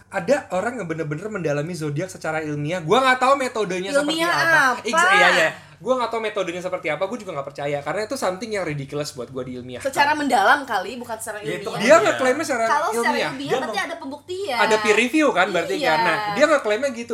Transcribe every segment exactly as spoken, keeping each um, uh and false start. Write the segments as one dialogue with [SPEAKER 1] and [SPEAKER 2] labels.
[SPEAKER 1] ada orang yang bener-bener mendalami zodiak secara ilmiah. Gua nggak tahu metodenya
[SPEAKER 2] ilmiah
[SPEAKER 1] seperti apa.
[SPEAKER 2] apa?
[SPEAKER 1] Ex- iya ya. Gua nggak tahu metodenya seperti apa. Gue juga nggak percaya karena itu something yang ridiculous buat gua di ilmiah.
[SPEAKER 2] Secara mendalam kali, bukan secara ilmiah.
[SPEAKER 1] Ya, dia ngeklaimnya secara
[SPEAKER 2] kalau
[SPEAKER 1] ilmiah.
[SPEAKER 2] secara ilmiah
[SPEAKER 1] Dia
[SPEAKER 2] berarti ada pembuktian.
[SPEAKER 1] ada peer review kan berarti
[SPEAKER 2] iya.
[SPEAKER 1] karena dia ngeklaimnya gitu.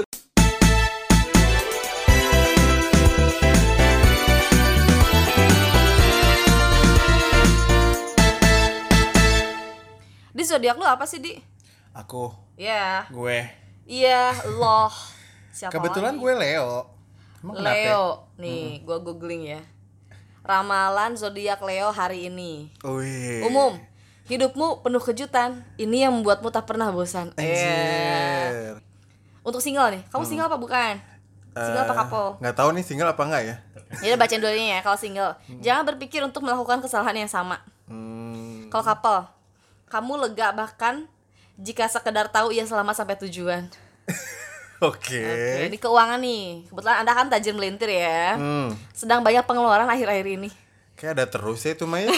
[SPEAKER 2] Di zodiak lu apa sih, Di?
[SPEAKER 3] Aku.
[SPEAKER 2] Iya.
[SPEAKER 3] Gue.
[SPEAKER 2] Iya, loh. Siapa
[SPEAKER 3] Kebetulan
[SPEAKER 2] lagi?
[SPEAKER 3] gue Leo. Emang kenapa?
[SPEAKER 2] Leo. Nih, gua googling ya. Ramalan zodiak Leo hari ini.
[SPEAKER 3] Wih.
[SPEAKER 2] Umum. Hidupmu penuh kejutan. Ini yang membuatmu tak pernah bosan.
[SPEAKER 3] Anjir.
[SPEAKER 2] Eh. Untuk single nih. Kamu single apa bukan? Single apa
[SPEAKER 3] Eh,
[SPEAKER 2] couple?
[SPEAKER 3] Nggak tahu nih single apa enggak ya.
[SPEAKER 2] Jadi bacain dulu ya kalau single. Jangan berpikir untuk melakukan kesalahan yang sama.
[SPEAKER 3] Hmm.
[SPEAKER 2] Kalau couple, kamu lega bahkan jika sekedar tahu ia selamat sampai tujuan.
[SPEAKER 3] Oke.
[SPEAKER 2] Oke, ini keuangan nih. Kebetulan Anda kan tajir melintir ya.
[SPEAKER 3] Hmm.
[SPEAKER 2] Sedang banyak pengeluaran akhir-akhir ini.
[SPEAKER 3] Kayak ada terus ya itu Maya.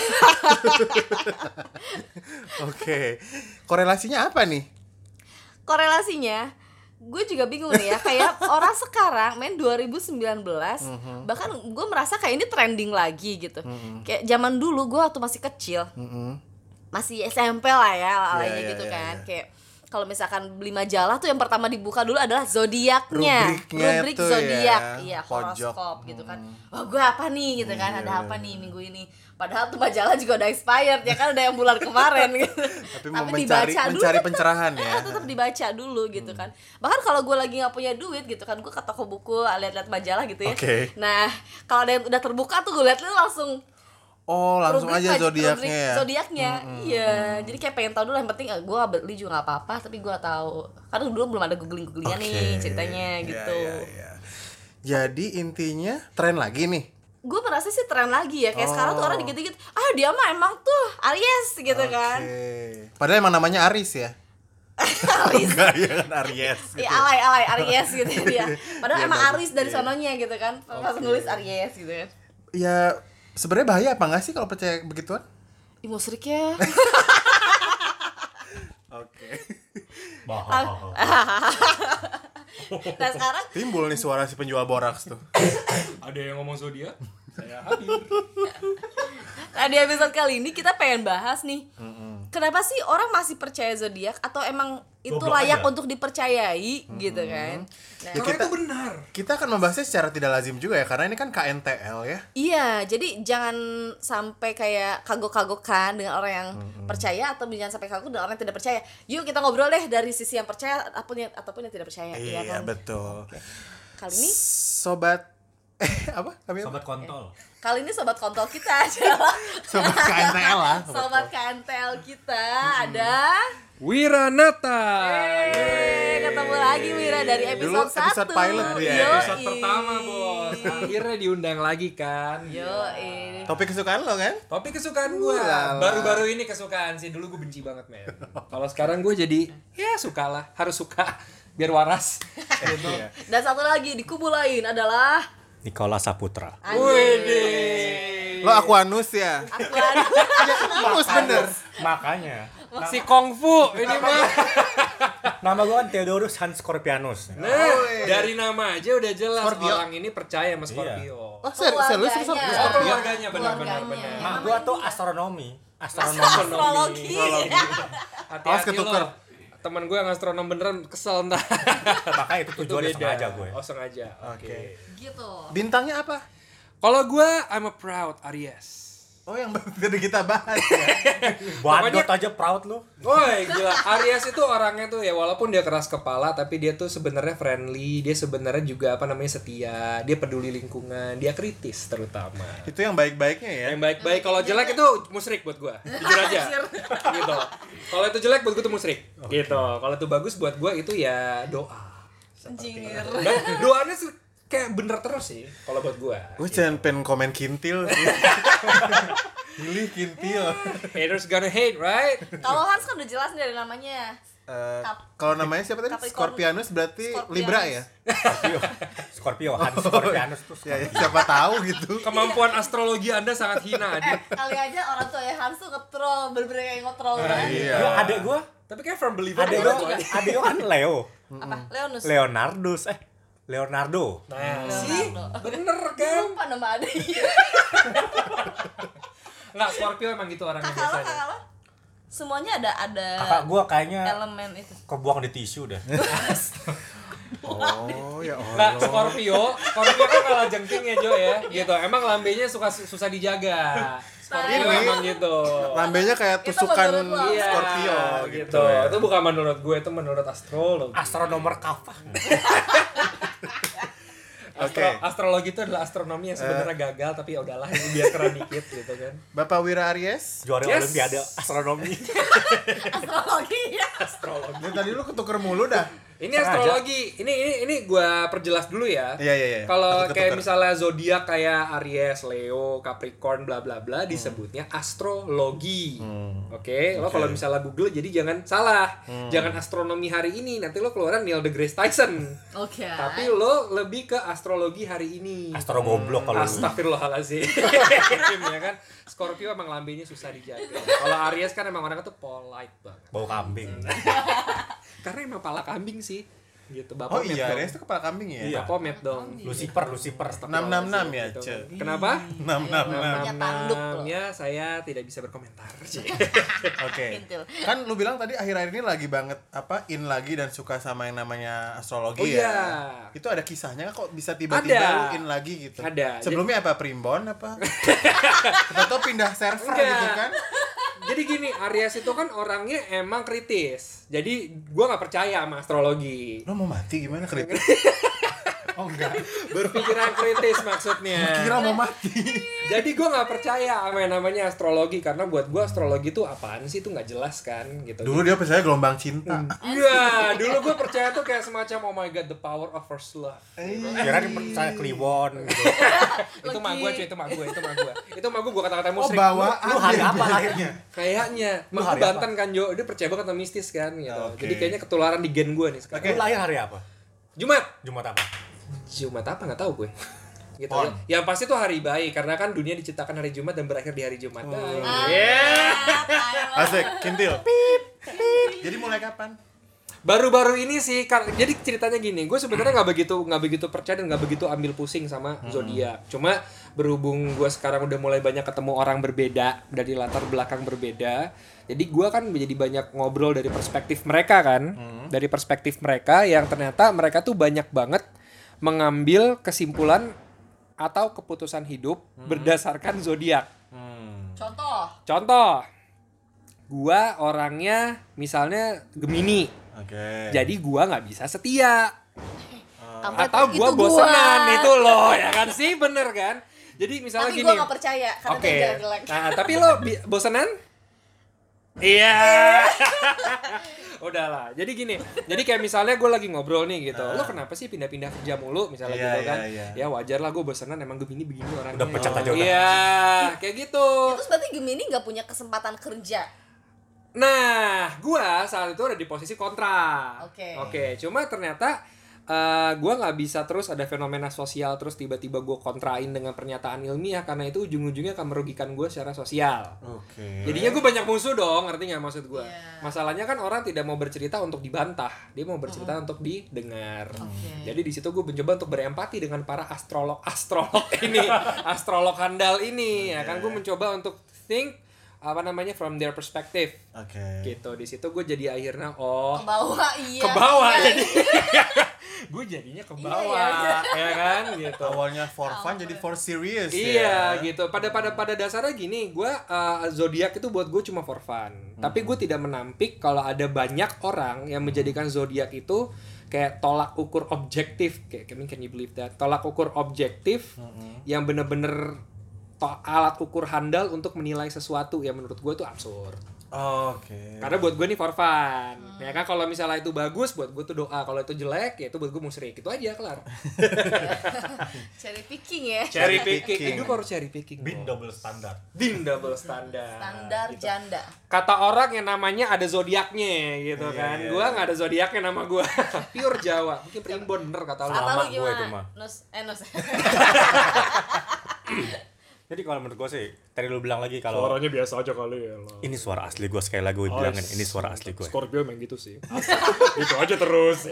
[SPEAKER 3] Oke. Korelasinya apa nih?
[SPEAKER 2] Korelasinya, gue juga bingung nih ya. Kayak orang sekarang main dua ribu sembilan belas,
[SPEAKER 3] Mhm.
[SPEAKER 2] bahkan gue merasa kayak ini trending lagi gitu.
[SPEAKER 3] Mhm.
[SPEAKER 2] Kayak zaman dulu gue waktu masih kecil,
[SPEAKER 3] Mm-mm.
[SPEAKER 2] masih S M P lah ya, alanya
[SPEAKER 3] Iya,
[SPEAKER 2] gitu
[SPEAKER 3] iya,
[SPEAKER 2] kan.
[SPEAKER 3] iya.
[SPEAKER 2] Kayak kalau misalkan beli majalah tuh yang pertama dibuka dulu adalah zodiaknya,
[SPEAKER 3] Rubriknya
[SPEAKER 2] rubrik
[SPEAKER 3] tuh
[SPEAKER 2] zodiak,
[SPEAKER 3] ya,
[SPEAKER 2] iya
[SPEAKER 3] pojok.
[SPEAKER 2] horoskop gitu kan. Wah gue apa nih gitu kan,
[SPEAKER 3] Iya,
[SPEAKER 2] ada apa
[SPEAKER 3] iya.
[SPEAKER 2] nih minggu ini. Padahal tuh majalah juga udah expired ya kan, udah yang bulan kemarin gitu.
[SPEAKER 3] Tapi mau mencari mencari pencerahan ya.
[SPEAKER 2] Tetap dibaca dulu gitu kan. Bahkan kalau gue lagi nggak punya duit gitu kan, gue ke toko buku lihat-lihat majalah gitu ya.
[SPEAKER 3] Oke.
[SPEAKER 2] Nah kalau ada yang udah terbuka tuh gue lihat langsung.
[SPEAKER 3] Oh, langsung
[SPEAKER 2] Rubrik
[SPEAKER 3] aja
[SPEAKER 2] maj-
[SPEAKER 3] zodiaknya
[SPEAKER 2] rubrik
[SPEAKER 3] ya.
[SPEAKER 2] Zodiaknya, iya. Jadi kayak pengen tahu dulu, yang penting gue gak beli juga gak apa-apa, tapi gue gak tahu. Karena dulu belum ada googling-googlingan
[SPEAKER 3] Oke.
[SPEAKER 2] nih ceritanya
[SPEAKER 3] Iya,
[SPEAKER 2] gitu.
[SPEAKER 3] iya, iya. Jadi intinya tren lagi nih.
[SPEAKER 2] Gue merasa sih tren lagi ya, kayak
[SPEAKER 3] Oh.
[SPEAKER 2] sekarang tuh orang dikit-dikit, ah dia mah emang tuh Aries gitu kan.
[SPEAKER 3] Oke. Padahal emang namanya Aris ya.
[SPEAKER 2] Aries.
[SPEAKER 3] Enggak ya kan Aries gitu.
[SPEAKER 2] Iya alay-alay Aries gitu dia. Padahal
[SPEAKER 3] Iya,
[SPEAKER 2] emang
[SPEAKER 3] bagus,
[SPEAKER 2] Aries dari
[SPEAKER 3] iya.
[SPEAKER 2] sononya gitu kan. Pas
[SPEAKER 3] Oke.
[SPEAKER 2] nulis Aries gitu kan.
[SPEAKER 3] Ya sebenarnya bahaya apa enggak sih kalau percaya begituan?
[SPEAKER 2] Ih musrik ya.
[SPEAKER 3] Oke.
[SPEAKER 2] Nah sekarang
[SPEAKER 3] Timbul nih suara si penjual boraks tuh.
[SPEAKER 1] Ada yang ngomong zodiak, saya hadir.
[SPEAKER 2] Nah di episode kali ini kita pengen bahas nih, kenapa sih orang masih percaya zodiak atau emang itu
[SPEAKER 4] Goblok
[SPEAKER 2] layak
[SPEAKER 4] aja.
[SPEAKER 2] untuk dipercayai gitu kan? Nah,
[SPEAKER 3] Ya,
[SPEAKER 1] Karena
[SPEAKER 3] kita-
[SPEAKER 1] itu benar.
[SPEAKER 3] Kita akan membahasnya secara tidak lazim juga ya karena ini kan K N T L ya.
[SPEAKER 2] iya, jadi jangan sampai kayak kagok-kagokan dengan orang yang percaya atau jangan sampai kagok dengan orang yang tidak percaya. Yuk kita ngobrol deh dari sisi yang percaya ataupun yang, ataupun yang tidak percaya.
[SPEAKER 3] Iya,
[SPEAKER 2] kan?
[SPEAKER 3] betul.
[SPEAKER 2] Kali ini,
[SPEAKER 3] Sobat eh apa? Kami apa?
[SPEAKER 4] Sobat kontol.
[SPEAKER 2] kali ini sobat kontol kita adalah
[SPEAKER 3] Sobat K N T L lah.
[SPEAKER 2] sobat K N T L kita ada.
[SPEAKER 1] Wiranata.
[SPEAKER 2] Yeay, ketemu lagi Wira dari
[SPEAKER 3] Dulu
[SPEAKER 2] episode
[SPEAKER 3] episode
[SPEAKER 2] satu.
[SPEAKER 3] pilot dia.
[SPEAKER 2] Yoi.
[SPEAKER 1] Episode pertama, Bos. Akhirnya diundang lagi kan.
[SPEAKER 2] Yoi.
[SPEAKER 3] Topik kesukaan lo kan?
[SPEAKER 1] Topik kesukaan gue.
[SPEAKER 3] Ulala.
[SPEAKER 1] Baru-baru ini kesukaan sih. Dulu gue benci banget, men. Kalau sekarang gue jadi ya sukalah, harus suka biar waras. Gitu.
[SPEAKER 3] Iya.
[SPEAKER 2] Dan satu lagi di kubu lain adalah
[SPEAKER 4] Nikola Saputra.
[SPEAKER 1] Wede.
[SPEAKER 3] Lo Aquanus ya?
[SPEAKER 2] Aquan.
[SPEAKER 3] Aquanus bener.
[SPEAKER 4] Makanya
[SPEAKER 1] Si Kungfu ini mah.
[SPEAKER 4] nama gue kan Theodorus Hans Scorpianus.
[SPEAKER 1] Nah, dari nama aja udah jelas
[SPEAKER 3] Scorpio.
[SPEAKER 1] orang ini percaya sama Scorpio.
[SPEAKER 3] Oh, serius, serius, serius,
[SPEAKER 2] Keluarganya.
[SPEAKER 3] serius.
[SPEAKER 1] Oh, keluarganya benar-benar
[SPEAKER 2] Keluarganya.
[SPEAKER 1] benar.
[SPEAKER 4] Nah, gue tuh astronomi. Astronomi.
[SPEAKER 2] Astrologi.
[SPEAKER 1] Hati-hati
[SPEAKER 3] Awas ketuker.
[SPEAKER 1] lo. Temen gue yang astronom beneran kesel ntar.
[SPEAKER 4] Makanya itu tujuannya sengaja gue.
[SPEAKER 1] Oh sengaja.
[SPEAKER 3] Oke.
[SPEAKER 2] Gitu.
[SPEAKER 3] Bintangnya apa?
[SPEAKER 1] Kalau gue I'm a proud Aries.
[SPEAKER 3] Oh, yang tadi kita bahas ya.
[SPEAKER 4] Badot
[SPEAKER 1] Pokoknya-
[SPEAKER 4] aja proud lu.
[SPEAKER 1] Woi gila, Aries itu orangnya tuh ya walaupun dia keras kepala tapi dia tuh sebenarnya friendly, dia sebenarnya juga apa namanya setia, dia peduli lingkungan, dia kritis terutama.
[SPEAKER 3] Itu yang baik-baiknya ya.
[SPEAKER 1] Yang baik-baik, kalau jelek itu musrik buat gua. Jujur aja. Gitu. Kalau itu jelek buat gua tuh musrik. Gitu. Kalau itu bagus buat gua itu ya doa.
[SPEAKER 2] Anjir.
[SPEAKER 1] Dan doanya se- kayak bener terus sih kalau buat gua.
[SPEAKER 3] Gue cuman pengen komen kintil sih. Pilih kintil.
[SPEAKER 1] Haters gonna hate, right?
[SPEAKER 2] Kalau Hans kan udah jelas nih dari namanya.
[SPEAKER 3] Eh,
[SPEAKER 2] Kap-
[SPEAKER 3] kalau namanya siapa tadi?
[SPEAKER 2] Capricorn.
[SPEAKER 3] Scorpianus berarti
[SPEAKER 2] Scorpianus.
[SPEAKER 3] Libra ya?
[SPEAKER 4] Scorpio. Scorpio. Hans Scorpianus tuh.
[SPEAKER 3] Ya, ya, siapa tahu gitu.
[SPEAKER 1] Kemampuan astrologi Anda sangat hina, Adit.
[SPEAKER 2] Kali aja orang tua ya Hans tuh nge-troll, bener-bener kayak nge-troll kan.
[SPEAKER 3] Iya.
[SPEAKER 4] Ya, adek gue
[SPEAKER 1] Tapi kayak from believer
[SPEAKER 4] Adeo,
[SPEAKER 1] juga.
[SPEAKER 4] Adeo kan Leo.
[SPEAKER 2] Apa? Leonus.
[SPEAKER 4] Leonardus eh Leonardo.
[SPEAKER 1] Nah,
[SPEAKER 2] Leonardo.
[SPEAKER 1] sih bener kan?
[SPEAKER 2] Lupa nama adanya.
[SPEAKER 1] Nggak, Scorpio emang gitu orangnya
[SPEAKER 2] Kakak lo,
[SPEAKER 1] biasanya.
[SPEAKER 2] kakak lo. Semuanya ada ada
[SPEAKER 4] Kakak gua kayaknya
[SPEAKER 2] elemen itu.
[SPEAKER 4] kebuang di tisu dah.
[SPEAKER 3] Oh ya
[SPEAKER 1] Nggak,
[SPEAKER 3] Allah.
[SPEAKER 1] Scorpio, Scorpio kan kalah jengking ya Jo ya, gitu. Emang lambenya suka susah dijaga. Scorpio
[SPEAKER 3] Ini
[SPEAKER 1] emang gitu.
[SPEAKER 3] Lambenya kayak
[SPEAKER 2] Itu
[SPEAKER 3] tusukan
[SPEAKER 2] menurut lo.
[SPEAKER 1] Iya,
[SPEAKER 3] Scorpio
[SPEAKER 1] gitu.
[SPEAKER 3] gitu. ya.
[SPEAKER 1] Itu bukan menurut gue, itu menurut astrologi.
[SPEAKER 4] Astronomer kafah.
[SPEAKER 1] Astro-
[SPEAKER 3] Oke.
[SPEAKER 1] Astrologi itu adalah astronomi yang sebenarnya gagal, tapi ya udahlah ini biar keren dikit gitu kan.
[SPEAKER 3] Bapak Wira Aries.
[SPEAKER 4] Juara
[SPEAKER 1] Yes.
[SPEAKER 4] Olimpiade astronomi.
[SPEAKER 2] Astrologi ya.
[SPEAKER 1] Astrologi.
[SPEAKER 3] Ini tadi lu ketuker mulu dah.
[SPEAKER 1] Ini
[SPEAKER 4] Sengaja.
[SPEAKER 1] astrologi. Ini ini ini gua perjelas dulu ya.
[SPEAKER 3] Iya iya iya.
[SPEAKER 1] Kalau
[SPEAKER 3] Takut
[SPEAKER 1] kayak
[SPEAKER 3] ketuker.
[SPEAKER 1] misalnya zodiak kayak Aries, Leo, Capricorn, bla bla bla disebutnya astrologi.
[SPEAKER 3] Hmm.
[SPEAKER 1] Oke, lo
[SPEAKER 3] Oke.
[SPEAKER 1] kalau misalnya Google jadi jangan salah. Jangan astronomi hari ini, nanti lo keluaran Neil deGrasse Tyson.
[SPEAKER 2] Oke.
[SPEAKER 1] Tapi lo lebih ke astrologi hari ini.
[SPEAKER 4] Astro goblok kalau lu.
[SPEAKER 1] Astagfirullahaladzim. Ya kan? Scorpio emang lambenya susah dijaga. Kalau Aries kan emang orangnya tuh polite banget.
[SPEAKER 4] Bau kambing.
[SPEAKER 1] Karena emang pala kambing sih. Gitu,
[SPEAKER 3] Oh
[SPEAKER 1] Bapomet
[SPEAKER 3] iya,
[SPEAKER 1] dong.
[SPEAKER 3] Aries itu kepala kambing ya?
[SPEAKER 4] Iya.
[SPEAKER 1] Bapomet dong.
[SPEAKER 4] Lucifer, Lucifer.
[SPEAKER 3] enam enam enam ya,
[SPEAKER 1] Gitu.
[SPEAKER 3] Ce.
[SPEAKER 1] Kenapa?
[SPEAKER 3] enam enam enam.
[SPEAKER 2] Punya tanduk loh.
[SPEAKER 1] Ya saya tidak bisa berkomentar.
[SPEAKER 3] Oke.
[SPEAKER 2] Kintil.
[SPEAKER 3] Kan lu bilang tadi akhir-akhir ini lagi banget apa in lagi dan suka sama yang namanya astrologi
[SPEAKER 1] Oh
[SPEAKER 3] ya.
[SPEAKER 1] iya.
[SPEAKER 3] Itu ada kisahnya kok bisa tiba-tiba
[SPEAKER 1] Ada.
[SPEAKER 3] lu in lagi gitu.
[SPEAKER 1] Ada.
[SPEAKER 3] Sebelumnya apa primbon apa? Atau pindah server
[SPEAKER 1] Enggak.
[SPEAKER 3] gitu kan?
[SPEAKER 1] Jadi gini, Aries itu kan orangnya emang kritis. Jadi gua nggak percaya sama astrologi.
[SPEAKER 3] Lu mau mati gimana kritis? Oh enggak.
[SPEAKER 1] Berpikiran kritis maksudnya.
[SPEAKER 3] Kira mau mati.
[SPEAKER 1] Jadi gue nggak percaya sama yang namanya astrologi karena buat gue astrologi itu apaan sih, itu nggak jelas kan gitu.
[SPEAKER 3] Dulu dia percaya gelombang cinta.
[SPEAKER 1] Iya, dulu gue percaya tuh kayak semacam oh my god the power of first love.
[SPEAKER 4] Kira dia percaya Kliwon gitu.
[SPEAKER 1] Itu mah gue cuy, itu mah gue, itu mah gue. Itu mah gue gue kata-kata
[SPEAKER 3] Oh
[SPEAKER 1] musrik.
[SPEAKER 3] bawaan.
[SPEAKER 4] Lu hari apa lahirnya?
[SPEAKER 1] Kayaknya,
[SPEAKER 4] Lu
[SPEAKER 1] mah
[SPEAKER 4] hari
[SPEAKER 1] gue Banten kan Jo, dia percaya banget sama mistis kan gitu.
[SPEAKER 3] Oke.
[SPEAKER 1] Jadi kayaknya ketularan di gen gue nih sekarang.
[SPEAKER 4] Lu lahir hari apa?
[SPEAKER 1] Jumat.
[SPEAKER 4] Jumat apa?
[SPEAKER 1] Jumat apa nggak tahu gue. Gitu
[SPEAKER 3] Pon.
[SPEAKER 1] ya. Yang pasti tuh hari baik karena kan dunia diciptakan hari Jumat dan berakhir di hari Jumat.
[SPEAKER 3] Oh.
[SPEAKER 1] Ah, yeah.
[SPEAKER 3] Asik, kintil. Jadi mulai kapan?
[SPEAKER 1] Baru-baru ini sih, kar- jadi ceritanya gini, gue sebenarnya nggak begitu nggak begitu percaya dan nggak begitu ambil pusing sama zodiak. Cuma berhubung gue sekarang udah mulai banyak ketemu orang berbeda dari latar belakang berbeda, jadi gue kan menjadi banyak ngobrol dari perspektif mereka kan, dari perspektif mereka yang ternyata mereka tuh banyak banget mengambil kesimpulan atau keputusan hidup berdasarkan zodiak.
[SPEAKER 2] Contoh.
[SPEAKER 1] Contoh, gue orangnya misalnya Gemini.
[SPEAKER 3] Oke.
[SPEAKER 1] Jadi gua nggak bisa setia
[SPEAKER 2] Sampai
[SPEAKER 1] atau
[SPEAKER 2] itu
[SPEAKER 1] gua bosenan itu loh ya kan sih bener kan. Jadi misalnya
[SPEAKER 2] Tapi
[SPEAKER 1] gini.
[SPEAKER 2] gue gak percaya karena
[SPEAKER 1] Oke.
[SPEAKER 2] dia jelek.
[SPEAKER 1] Nah tapi lo bi- bosenan? Iya. Udahlah. Jadi gini. Jadi kayak misalnya gue lagi ngobrol nih gitu. Lo kenapa sih pindah-pindah kerja mulu misalnya
[SPEAKER 3] Iya,
[SPEAKER 1] gitu
[SPEAKER 3] iya,
[SPEAKER 1] kan?
[SPEAKER 3] iya.
[SPEAKER 1] Ya wajar lah gue bosenan emang Gemini begini orangnya.
[SPEAKER 4] Udah pecat aja udah.
[SPEAKER 1] Iya, kayak gitu.
[SPEAKER 2] Terus berarti Gemini gak punya kesempatan kerja.
[SPEAKER 1] Nah, gua saat itu ada di posisi kontra.
[SPEAKER 2] Oke.
[SPEAKER 1] Oke, cuma ternyata uh, gua nggak bisa terus ada fenomena sosial terus tiba-tiba gua kontrain dengan pernyataan ilmiah karena itu ujung-ujungnya akan merugikan gua secara sosial.
[SPEAKER 3] Oke.
[SPEAKER 1] Jadinya gue banyak musuh dong, ngerti nggak maksud gue?
[SPEAKER 2] Iya.
[SPEAKER 1] Masalahnya kan orang tidak mau bercerita untuk dibantah, dia mau bercerita untuk didengar.
[SPEAKER 2] Oke.
[SPEAKER 1] Jadi di situ gue mencoba untuk berempati dengan para astrolog astrolog ini, astrolog handal ini, ya kan? Gue mencoba untuk think apa namanya from their perspective,
[SPEAKER 3] Oke.
[SPEAKER 1] gitu. Di situ gue jadi akhirnya oh
[SPEAKER 2] Ke bawah iya.
[SPEAKER 1] ke bawah
[SPEAKER 2] Iya.
[SPEAKER 1] jadi gue jadinya ke bawah,
[SPEAKER 2] Iya,
[SPEAKER 1] ya kan gitu.
[SPEAKER 3] Awalnya for fun jadi for serious
[SPEAKER 1] Iya
[SPEAKER 3] ya.
[SPEAKER 1] gitu. Pada pada pada dasarnya gini, gue uh, zodiak itu buat gue cuma for fun. Tapi gue tidak menampik kalau ada banyak orang yang menjadikan zodiak itu kayak tolak ukur objektif. Kayak can can you believe that? Tolak ukur objektif yang bener-bener to- alat ukur handal untuk menilai sesuatu yang menurut gue itu absurd.
[SPEAKER 3] Oke.
[SPEAKER 1] Karena buat gue nih for fun. Ya kan kalau misalnya itu bagus buat gue tuh doa, kalau itu jelek ya itu buat gue musyrik. Itu aja kelar.
[SPEAKER 2] Cherry picking ya.
[SPEAKER 1] Cherry picking.
[SPEAKER 3] picking.
[SPEAKER 1] Hidup harus cherry picking.
[SPEAKER 4] Bin
[SPEAKER 1] bro.
[SPEAKER 4] double standar.
[SPEAKER 1] Bin double standar.
[SPEAKER 2] Standar
[SPEAKER 1] Gitu.
[SPEAKER 2] janda.
[SPEAKER 1] Kata orang yang namanya ada zodiaknya gitu
[SPEAKER 3] Iya,
[SPEAKER 1] kan.
[SPEAKER 3] iya,
[SPEAKER 1] Gua
[SPEAKER 3] iya.
[SPEAKER 1] nggak ada zodiaknya nama gua. Pure Jawa. Mungkin primbon bener kata lu.
[SPEAKER 2] Kata
[SPEAKER 4] Lama
[SPEAKER 2] lu
[SPEAKER 4] gue itu
[SPEAKER 2] gimana?
[SPEAKER 4] mah.
[SPEAKER 2] Nus, eh Nus.
[SPEAKER 4] Jadi kalau menurut gue sih, tadi lu bilang lagi kalau
[SPEAKER 1] Suaranya biasa aja kali ya lah.
[SPEAKER 4] ini suara asli gue, sekali lagi gue bilangin ini suara asli gue.
[SPEAKER 1] Scorpio emang gitu sih. Gitu aja terus.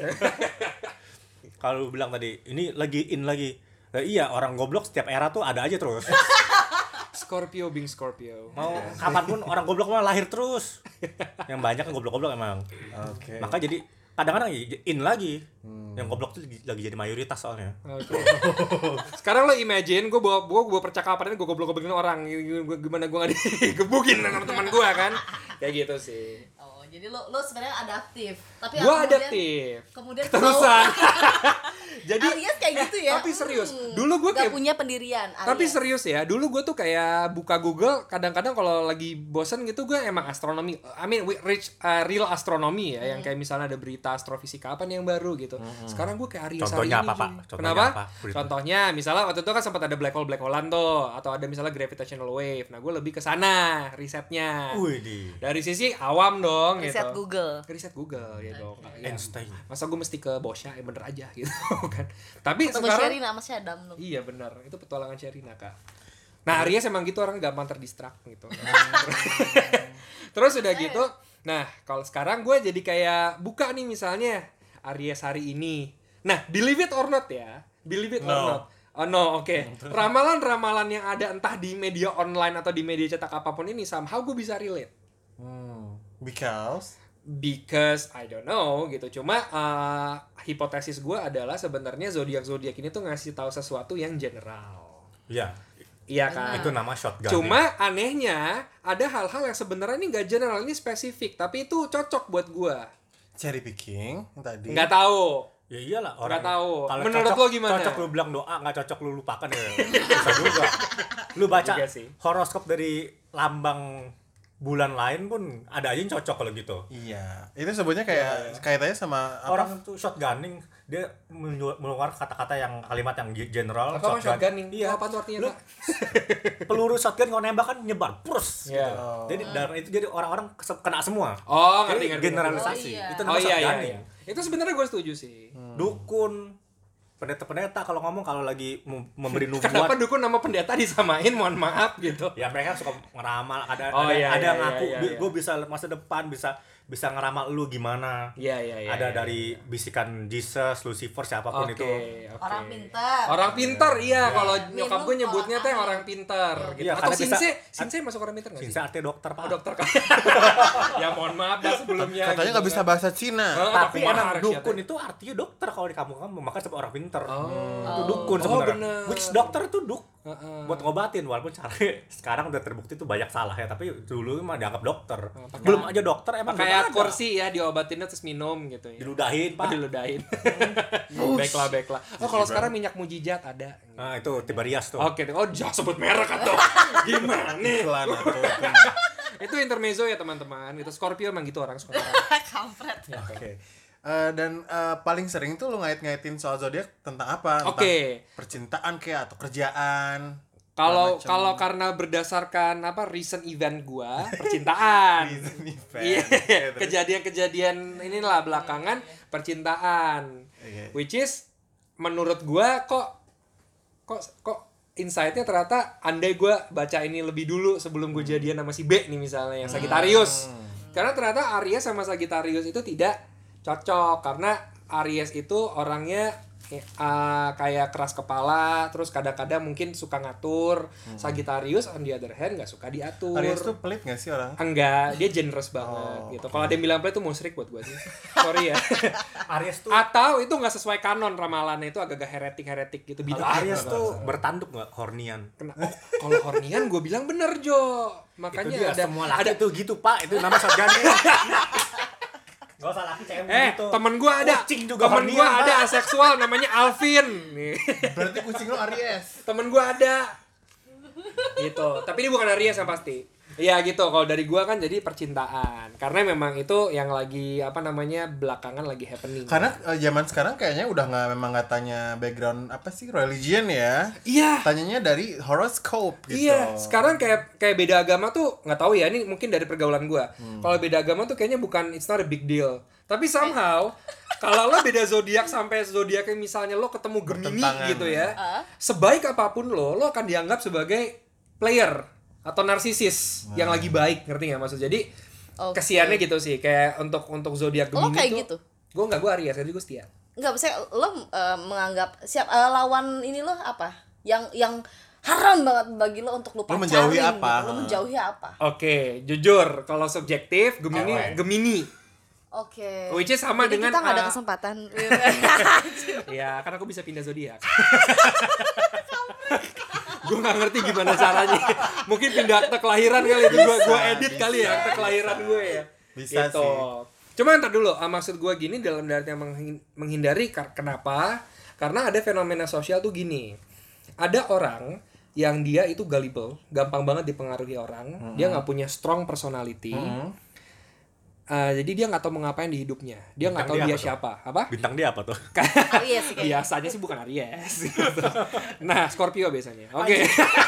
[SPEAKER 4] Kalau lu bilang tadi, ini lagi in lagi. Nah, iya, orang goblok setiap era tuh ada aja terus.
[SPEAKER 1] Scorpio being Scorpio.
[SPEAKER 4] Mau kapanpun orang goblok mah lahir terus. Yang banyak kan goblok-goblok emang.
[SPEAKER 3] Oke.
[SPEAKER 4] Maka jadi kadang-kadang in lagi. Hmm. Yang goblok tuh lagi jadi mayoritas soalnya.
[SPEAKER 1] Oke. Sekarang lo imagine gue bawa gue bawa percakapan ini gue goblok-goblokin orang, gimana gue nggak digebukin sama teman gue kan, kayak gitu sih.
[SPEAKER 2] Oh, jadi lo lo sebenarnya adaptif, tapi
[SPEAKER 1] Gue
[SPEAKER 2] kemudian-
[SPEAKER 1] adaptif.
[SPEAKER 2] Kemudian
[SPEAKER 1] Terusan. Jadi
[SPEAKER 2] Alias kayak gitu ya.
[SPEAKER 1] tapi serius.
[SPEAKER 2] Hmm,
[SPEAKER 1] Dulu gue
[SPEAKER 2] nggak
[SPEAKER 1] kayak
[SPEAKER 2] punya pendirian.
[SPEAKER 1] Tapi
[SPEAKER 2] alias.
[SPEAKER 1] serius ya, dulu gue tuh kayak buka Google, kadang-kadang kalau lagi bosen gitu gue emang astronomi, I mean we reach uh, real astronomy ya,
[SPEAKER 2] Hmm.
[SPEAKER 1] yang kayak misalnya ada berita astrofisika apa nih yang baru gitu. Sekarang gue kayak Arya Sari
[SPEAKER 4] Contohnya
[SPEAKER 1] ini.
[SPEAKER 4] apa, Pak?
[SPEAKER 1] cuy.
[SPEAKER 4] Contohnya
[SPEAKER 1] Kenapa?
[SPEAKER 4] apa? Berita.
[SPEAKER 1] Contohnya misalnya waktu itu kan sempat ada black hole black holean tuh, atau ada misalnya gravitational wave. Nah gue lebih ke sana risetnya.
[SPEAKER 4] Wih di
[SPEAKER 1] Dari sisi awam dong
[SPEAKER 2] Riset
[SPEAKER 1] gitu.
[SPEAKER 2] Google.
[SPEAKER 1] Riset Google gitu. Ya,
[SPEAKER 4] Einstein.
[SPEAKER 1] masa gue mesti ke Bosya, ya bener aja gitu kan. Tapi
[SPEAKER 2] Atau
[SPEAKER 1] sekarang
[SPEAKER 2] Sherina sama Syadam lo.
[SPEAKER 1] iya benar, itu petualangan Sherina kak. Nah Aries emang gitu, orang gampang terdistract gitu. Terus udah gitu, nah kalau sekarang gue jadi kayak buka nih misalnya Aries hari ini. Nah believe it or not ya, believe it or
[SPEAKER 3] No.
[SPEAKER 1] not. Oh no, oke. Ramalan-ramalan yang ada entah di media online atau di media cetak apapun ini somehow gue bisa relate.
[SPEAKER 3] Hmm. Because
[SPEAKER 1] Because I don't know gitu. Cuma uh, hipotesis gue adalah sebenarnya zodiak zodiak ini tuh ngasih tahu sesuatu yang general.
[SPEAKER 4] Iya,
[SPEAKER 1] Iya kan?
[SPEAKER 4] itu nama shotgun.
[SPEAKER 1] Cuma anehnya ada hal-hal yang sebenarnya ini nggak general, ini spesifik, tapi itu cocok buat gue.
[SPEAKER 3] cherry picking tadi.
[SPEAKER 1] Nggak tahu.
[SPEAKER 4] Ya iyalah orang.
[SPEAKER 1] Nggak tahu.
[SPEAKER 4] Kalau
[SPEAKER 1] Menurut
[SPEAKER 4] cocok,
[SPEAKER 1] lo gimana?
[SPEAKER 4] Cocok lu bilang doa, nggak cocok lu lupakan ya. Bisa juga. Lu baca
[SPEAKER 1] Juga sih.
[SPEAKER 4] horoskop dari lambang bulan lain pun ada aja yang cocok kalau gitu.
[SPEAKER 3] Iya, itu sebutnya kayak kaitannya sama apa?
[SPEAKER 4] Orang tuh shotgunning, dia menyu- mengeluarkan kata-kata yang kalimat yang general.
[SPEAKER 1] Apa mah shotgunning?
[SPEAKER 4] Iya.
[SPEAKER 1] Apa tuh artinya,
[SPEAKER 4] Lu-
[SPEAKER 1] Kak?
[SPEAKER 4] Peluru shotgun kalau nembak kan nyebar, pros.
[SPEAKER 1] Iya.
[SPEAKER 4] Gitu. Jadi dan itu jadi orang-orang kese- kena semua.
[SPEAKER 1] Oh,
[SPEAKER 4] Jadi
[SPEAKER 1] ngerti ngerti.
[SPEAKER 4] generalisasi.
[SPEAKER 2] Oh, iya.
[SPEAKER 4] Itu
[SPEAKER 1] Oh
[SPEAKER 4] namanya
[SPEAKER 1] iya iya.
[SPEAKER 4] shotgunning.
[SPEAKER 1] iya. Itu sebenarnya gue setuju sih.
[SPEAKER 4] Dukun, pendeta-pendeta kalau ngomong kalau lagi mem- memberi
[SPEAKER 1] Kenapa
[SPEAKER 4] nubuat,
[SPEAKER 1] dukun nama pendeta disamain? Mohon maaf gitu.
[SPEAKER 4] ya mereka suka ngeramal, ada
[SPEAKER 1] Oh,
[SPEAKER 4] ada,
[SPEAKER 1] iya,
[SPEAKER 4] ada
[SPEAKER 1] iya,
[SPEAKER 4] yang ngaku
[SPEAKER 1] iya, iya.
[SPEAKER 4] gue bisa masa depan, bisa bisa ngeramal lu gimana.
[SPEAKER 1] Iya iya iya.
[SPEAKER 4] ada
[SPEAKER 1] iya,
[SPEAKER 4] dari bisikan Jesus, Lucifer, siapapun
[SPEAKER 1] Oke,
[SPEAKER 4] itu.
[SPEAKER 1] oke.
[SPEAKER 2] Orang pintar.
[SPEAKER 1] Orang pintar, iya. Kalau nyokap
[SPEAKER 2] Minum
[SPEAKER 1] gue nyebutnya
[SPEAKER 2] kolak
[SPEAKER 1] teh
[SPEAKER 2] angin.
[SPEAKER 1] orang pintar. Gitu.
[SPEAKER 4] Iya,
[SPEAKER 1] Atau
[SPEAKER 4] karena bisa-
[SPEAKER 1] sinse, sinse masuk orang pintar nggak sih?
[SPEAKER 4] Sinsa artinya dokter, Pak.
[SPEAKER 1] Oh, dokter kan. Ya mohon maaf dah sebelumnya.
[SPEAKER 3] Katanya
[SPEAKER 1] gitu
[SPEAKER 3] nggak bisa
[SPEAKER 1] kan.
[SPEAKER 3] bahasa Cina.
[SPEAKER 1] Oh,
[SPEAKER 4] Tapi
[SPEAKER 1] mahar
[SPEAKER 4] emang
[SPEAKER 1] sih,
[SPEAKER 4] dukun
[SPEAKER 1] ya,
[SPEAKER 4] itu artinya dokter kalau di kampung-kampung, maka sebut orang pinter.
[SPEAKER 1] Oh.
[SPEAKER 4] Itu dukun
[SPEAKER 1] Oh,
[SPEAKER 4] sebenarnya.
[SPEAKER 1] bener.
[SPEAKER 4] Which dokter itu duk
[SPEAKER 1] Heeh.
[SPEAKER 4] buat ngobatin, walaupun caranya sekarang udah terbukti itu banyak salah ya, tapi dulu mah dianggap dokter.
[SPEAKER 1] Oh, pakai-
[SPEAKER 4] Belum aja dokter emang belum
[SPEAKER 1] Kayak
[SPEAKER 4] ada.
[SPEAKER 1] kursi ya, diobatinnya terus minum gitu ya.
[SPEAKER 4] Diludahin,
[SPEAKER 1] Oh,
[SPEAKER 4] Pak.
[SPEAKER 1] diludahin. Baiklah, baiklah. Oh, kalau sekarang minyak mujizat ada.
[SPEAKER 4] Nah, itu Tiberias tuh.
[SPEAKER 1] Oke, oh jangan sebut merek atau gimana nih?
[SPEAKER 3] Iklan atau
[SPEAKER 1] Itu intermezzo ya teman-teman. Itu Scorpio emang gitu orang Scorpio.
[SPEAKER 2] Kampret.
[SPEAKER 3] Oke. Eh, dan eh, paling sering tuh lu ngait-ngaitin soal zodiak tentang apa? Tentang
[SPEAKER 1] Oke.
[SPEAKER 3] percintaan kayak atau kerjaan.
[SPEAKER 1] Kalau
[SPEAKER 3] Macam-
[SPEAKER 1] kalau karena berdasarkan apa recent event gua, percintaan.
[SPEAKER 3] Reason event.
[SPEAKER 1] Iya,
[SPEAKER 3] Oke, terus.
[SPEAKER 1] kejadian-kejadian inilah belakangan percintaan.
[SPEAKER 3] Oke.
[SPEAKER 1] Which is menurut gua kok kok kok insight-nya ternyata andai gua baca ini lebih dulu sebelum gue jadian sama si B nih misalnya yang Sagittarius. Karena ternyata Aries sama Sagittarius itu tidak cocok karena Aries itu orangnya uh, kayak keras kepala, terus kadang-kadang mungkin suka ngatur. Sagittarius on the other hand nggak suka diatur.
[SPEAKER 3] Aries tuh pelit gak sih orang?
[SPEAKER 1] Enggak, dia generous banget
[SPEAKER 3] Oh,
[SPEAKER 1] gitu. Kalau ada yang bilang pelit itu musyrik buat gue sih. Sorry ya.
[SPEAKER 4] Aries tuh
[SPEAKER 1] Atau itu nggak sesuai kanon ramalannya, itu agak-agak heretik-heretik gitu.
[SPEAKER 4] kalau
[SPEAKER 1] Bid'ah.
[SPEAKER 4] Aries tuh bertanduk nggak hornian.
[SPEAKER 1] Kena- oh, kalau hornian gue bilang bener Jo. Makanya
[SPEAKER 4] Itu dia,
[SPEAKER 1] ada
[SPEAKER 4] semua laki
[SPEAKER 1] ada
[SPEAKER 4] tuh gitu, Pak. Itu nama shotgunnya. Gak usah laki cewek
[SPEAKER 1] eh
[SPEAKER 4] gitu.
[SPEAKER 1] temen gue ada
[SPEAKER 4] Kucing juga
[SPEAKER 1] temen
[SPEAKER 4] hornian,
[SPEAKER 1] gue
[SPEAKER 4] Pak.
[SPEAKER 1] ada aseksual namanya Alvin nih.
[SPEAKER 3] Berarti kucing lu Aries.
[SPEAKER 1] Temen gue ada gitu, tapi dia bukan Aries yang pasti. Iya gitu, kalau dari gua kan jadi percintaan. Karena memang itu yang lagi apa namanya belakangan lagi happening.
[SPEAKER 3] Karena eh, zaman sekarang kayaknya udah nggak memang nggak tanya background apa sih religion ya.
[SPEAKER 1] Iya.
[SPEAKER 3] Tanyanya dari horoscope gitu.
[SPEAKER 1] Iya, sekarang kayak kayak beda agama tuh nggak tahu ya, ini mungkin dari pergaulan gua.
[SPEAKER 3] Hmm.
[SPEAKER 1] Kalau beda agama tuh kayaknya bukan it's not a big deal. Tapi somehow kalau lo beda zodiak sampai zodiaknya misalnya lo ketemu Gemini
[SPEAKER 3] Bertentangan.
[SPEAKER 1] gitu ya.
[SPEAKER 2] Ah.
[SPEAKER 1] Sebaik apapun lo, lo akan dianggap sebagai player atau narsisis yang lagi baik, ngerti nggak maksud? Jadi
[SPEAKER 2] Oke.
[SPEAKER 1] kesiannya gitu sih, kayak untuk untuk zodiak
[SPEAKER 2] Lo
[SPEAKER 1] Gemini
[SPEAKER 2] kayak
[SPEAKER 1] tuh.
[SPEAKER 2] gitu?
[SPEAKER 1] Gue nggak, gue Aries, jadi gue setia.
[SPEAKER 2] Enggak, maksudnya lo uh, menganggap siap uh, lawan ini lo apa? Yang yang haram banget bagi lo untuk lo
[SPEAKER 3] Lo
[SPEAKER 2] pacarin.
[SPEAKER 3] menjauhi
[SPEAKER 2] gitu.
[SPEAKER 3] apa?
[SPEAKER 2] Lo menjauhi apa?
[SPEAKER 1] Oke, jujur kalau subjektif Gemini
[SPEAKER 4] Cewek.
[SPEAKER 1] Gemini.
[SPEAKER 2] Oke.
[SPEAKER 1] Which is sama
[SPEAKER 2] Jadi
[SPEAKER 1] dengan,
[SPEAKER 2] kita nggak ada
[SPEAKER 1] uh,
[SPEAKER 2] kesempatan.
[SPEAKER 1] Ya, karena aku bisa pindah zodiak. Gue nggak ngerti gimana caranya. Mungkin pindah akte kelahiran kali itu. Gue gue edit
[SPEAKER 3] bisa.
[SPEAKER 1] kali ya akte kelahiran gue ya.
[SPEAKER 3] Bisa
[SPEAKER 1] gitu.
[SPEAKER 3] sih.
[SPEAKER 1] Cuma ntar dulu, ah, maksud gue gini dalam artian menghin- menghindari kar- kenapa? Karena ada fenomena sosial tuh gini. Ada orang yang dia itu gullible, gampang banget dipengaruhi orang.
[SPEAKER 3] Mm-hmm.
[SPEAKER 1] Dia nggak punya strong personality.
[SPEAKER 3] Mm-hmm.
[SPEAKER 1] Uh, jadi dia nggak tahu mau ngapain di hidupnya. Dia nggak tahu
[SPEAKER 4] Bintang dia
[SPEAKER 1] dia
[SPEAKER 4] apa tuh?
[SPEAKER 1] siapa. Apa?
[SPEAKER 4] Bintang dia apa tuh?
[SPEAKER 2] Aries sih kayaknya.
[SPEAKER 1] Biasanya sih bukan Aries. Gitu. Nah, Scorpio biasanya. Oke.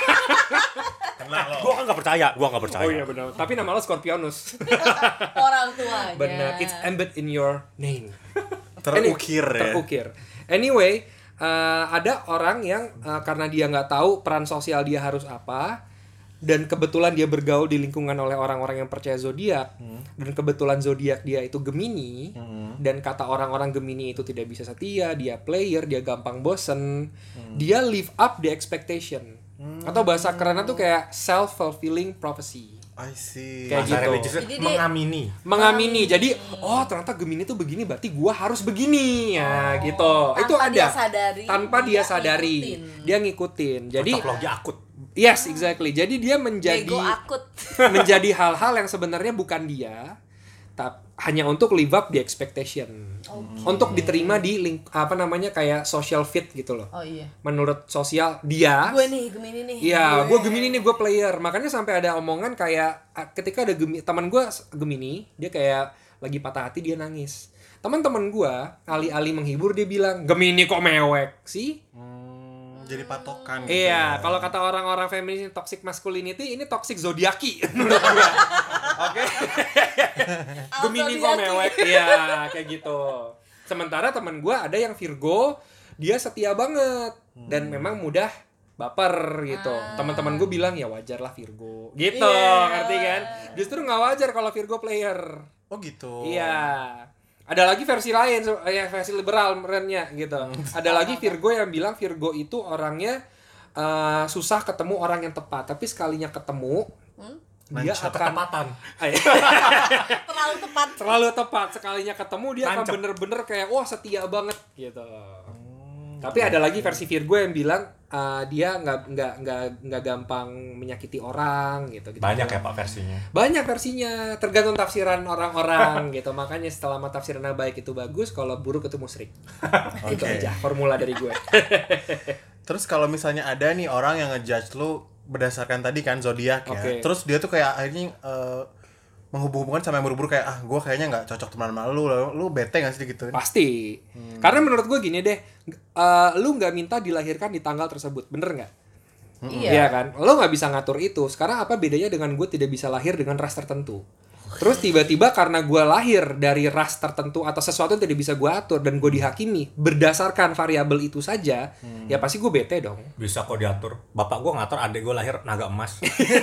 [SPEAKER 3] Kena lo.
[SPEAKER 4] Gua kan nggak percaya, gua nggak percaya.
[SPEAKER 1] Oh iya benar. Tapi nama lo Scorpionus.
[SPEAKER 2] Orang tuanya.
[SPEAKER 1] Benar. It's embedded in your name.
[SPEAKER 3] Terukir
[SPEAKER 1] Any-
[SPEAKER 3] ya.
[SPEAKER 1] Terukir. Anyway, uh, ada orang yang uh, karena dia nggak tahu peran sosial dia harus apa, dan kebetulan dia bergaul di lingkungan oleh orang-orang yang percaya zodiak, hmm. dan kebetulan zodiak dia itu Gemini, hmm. dan kata orang-orang Gemini itu tidak bisa setia, dia player, dia gampang bosen, hmm. dia live up the expectation, hmm. atau bahasa kerennya tuh kayak self fulfilling prophecy.
[SPEAKER 3] I see.
[SPEAKER 1] Kayak
[SPEAKER 4] Bahasa
[SPEAKER 1] gitu.
[SPEAKER 4] religiusnya
[SPEAKER 2] Jadi dia-
[SPEAKER 4] mengamini.
[SPEAKER 1] Mengamini, jadi oh ternyata Gemini tuh begini, berarti gua harus begini ya, gitu.
[SPEAKER 2] Tanpa
[SPEAKER 1] Itu ada.
[SPEAKER 2] dia sadari,
[SPEAKER 1] tanpa dia,
[SPEAKER 2] dia
[SPEAKER 1] sadari,
[SPEAKER 2] ngikutin.
[SPEAKER 1] dia ngikutin. Jadi
[SPEAKER 4] Cocokologi akut.
[SPEAKER 1] yes, exactly. Jadi dia menjadi
[SPEAKER 2] Bego akut.
[SPEAKER 1] menjadi hal-hal yang sebenarnya bukan dia, tapi hanya untuk live up the expectation.
[SPEAKER 2] Okay.
[SPEAKER 1] Untuk diterima di ling- apa namanya kayak social fit gitu loh.
[SPEAKER 2] Oh iya.
[SPEAKER 1] Menurut sosial dia.
[SPEAKER 2] Gue nih, Gemini nih.
[SPEAKER 1] Iya, gue Gemini nih, gue player. Makanya sampai ada omongan kayak ah, ketika ada Gemini, teman gue Gemini, dia kayak lagi patah hati, dia nangis. Teman-teman gue alih-alih menghibur dia bilang, Gemini kok mewek sih?
[SPEAKER 3] Hmm, jadi patokan. gitu
[SPEAKER 1] Iya,
[SPEAKER 3] ya.
[SPEAKER 1] kalau kata orang-orang feminis toxic masculinity, ini toxic zodiaki menurut gue. Oke. Gemini kok mewek, iya kayak gitu. Sementara teman gue ada yang Virgo, dia setia banget dan memang mudah baper gitu. Teman-teman gue bilang ya wajar lah Virgo, gitu,
[SPEAKER 2] Iya.
[SPEAKER 1] ngerti kan? Justru nggak wajar kalau Virgo player.
[SPEAKER 3] Oh gitu.
[SPEAKER 1] Iya. Ada lagi versi lain, so- ya versi liberal merennya gitu. Ada lagi Virgo yang bilang Virgo itu orangnya eh, susah ketemu orang yang tepat, tapi sekalinya ketemu dia
[SPEAKER 3] Nancap.
[SPEAKER 1] akan
[SPEAKER 4] Ketepatan.
[SPEAKER 2] Terlalu tepat.
[SPEAKER 1] terlalu tepat, sekalinya ketemu dia akan
[SPEAKER 4] Nancep.
[SPEAKER 1] bener-bener kayak wah setia banget gitu. Tapi ada lagi versi Virgo yang bilang eh, dia nggak nggak nggak nggak gampang menyakiti orang gitu. gitu.
[SPEAKER 4] Banyak ya Pak versinya.
[SPEAKER 1] Banyak versinya, tergantung tafsiran orang-orang gitu. Makanya setelah tafsiran baik itu bagus, kalau buruk itu musyrik. Itu
[SPEAKER 3] Oke.
[SPEAKER 1] aja formula dari gue.
[SPEAKER 3] Terus kalau misalnya ada nih orang yang ngejudge lu berdasarkan tadi kan zodiak ya.
[SPEAKER 1] Oke.
[SPEAKER 3] Terus dia tuh kayak akhirnya eh, menghubung-hubungkan sama yang buru-buru kayak ah gue kayaknya nggak cocok teman sama lu, lu, lu bete nggak sih gitu?
[SPEAKER 1] Pasti. Karena menurut gue gini deh, eh, lu nggak minta dilahirkan di tanggal tersebut, bener nggak?
[SPEAKER 2] Iya.
[SPEAKER 1] Iya kan? Lo nggak bisa ngatur itu. Sekarang apa bedanya dengan gue tidak bisa lahir dengan ras tertentu? Terus tiba-tiba karena gue lahir dari ras tertentu atau sesuatu yang tidak bisa gue atur dan gue dihakimi berdasarkan variabel itu saja, ya pasti gue bete dong.
[SPEAKER 4] Bisa kok diatur. Bapak gua ngatur adik gua lahir naga emas.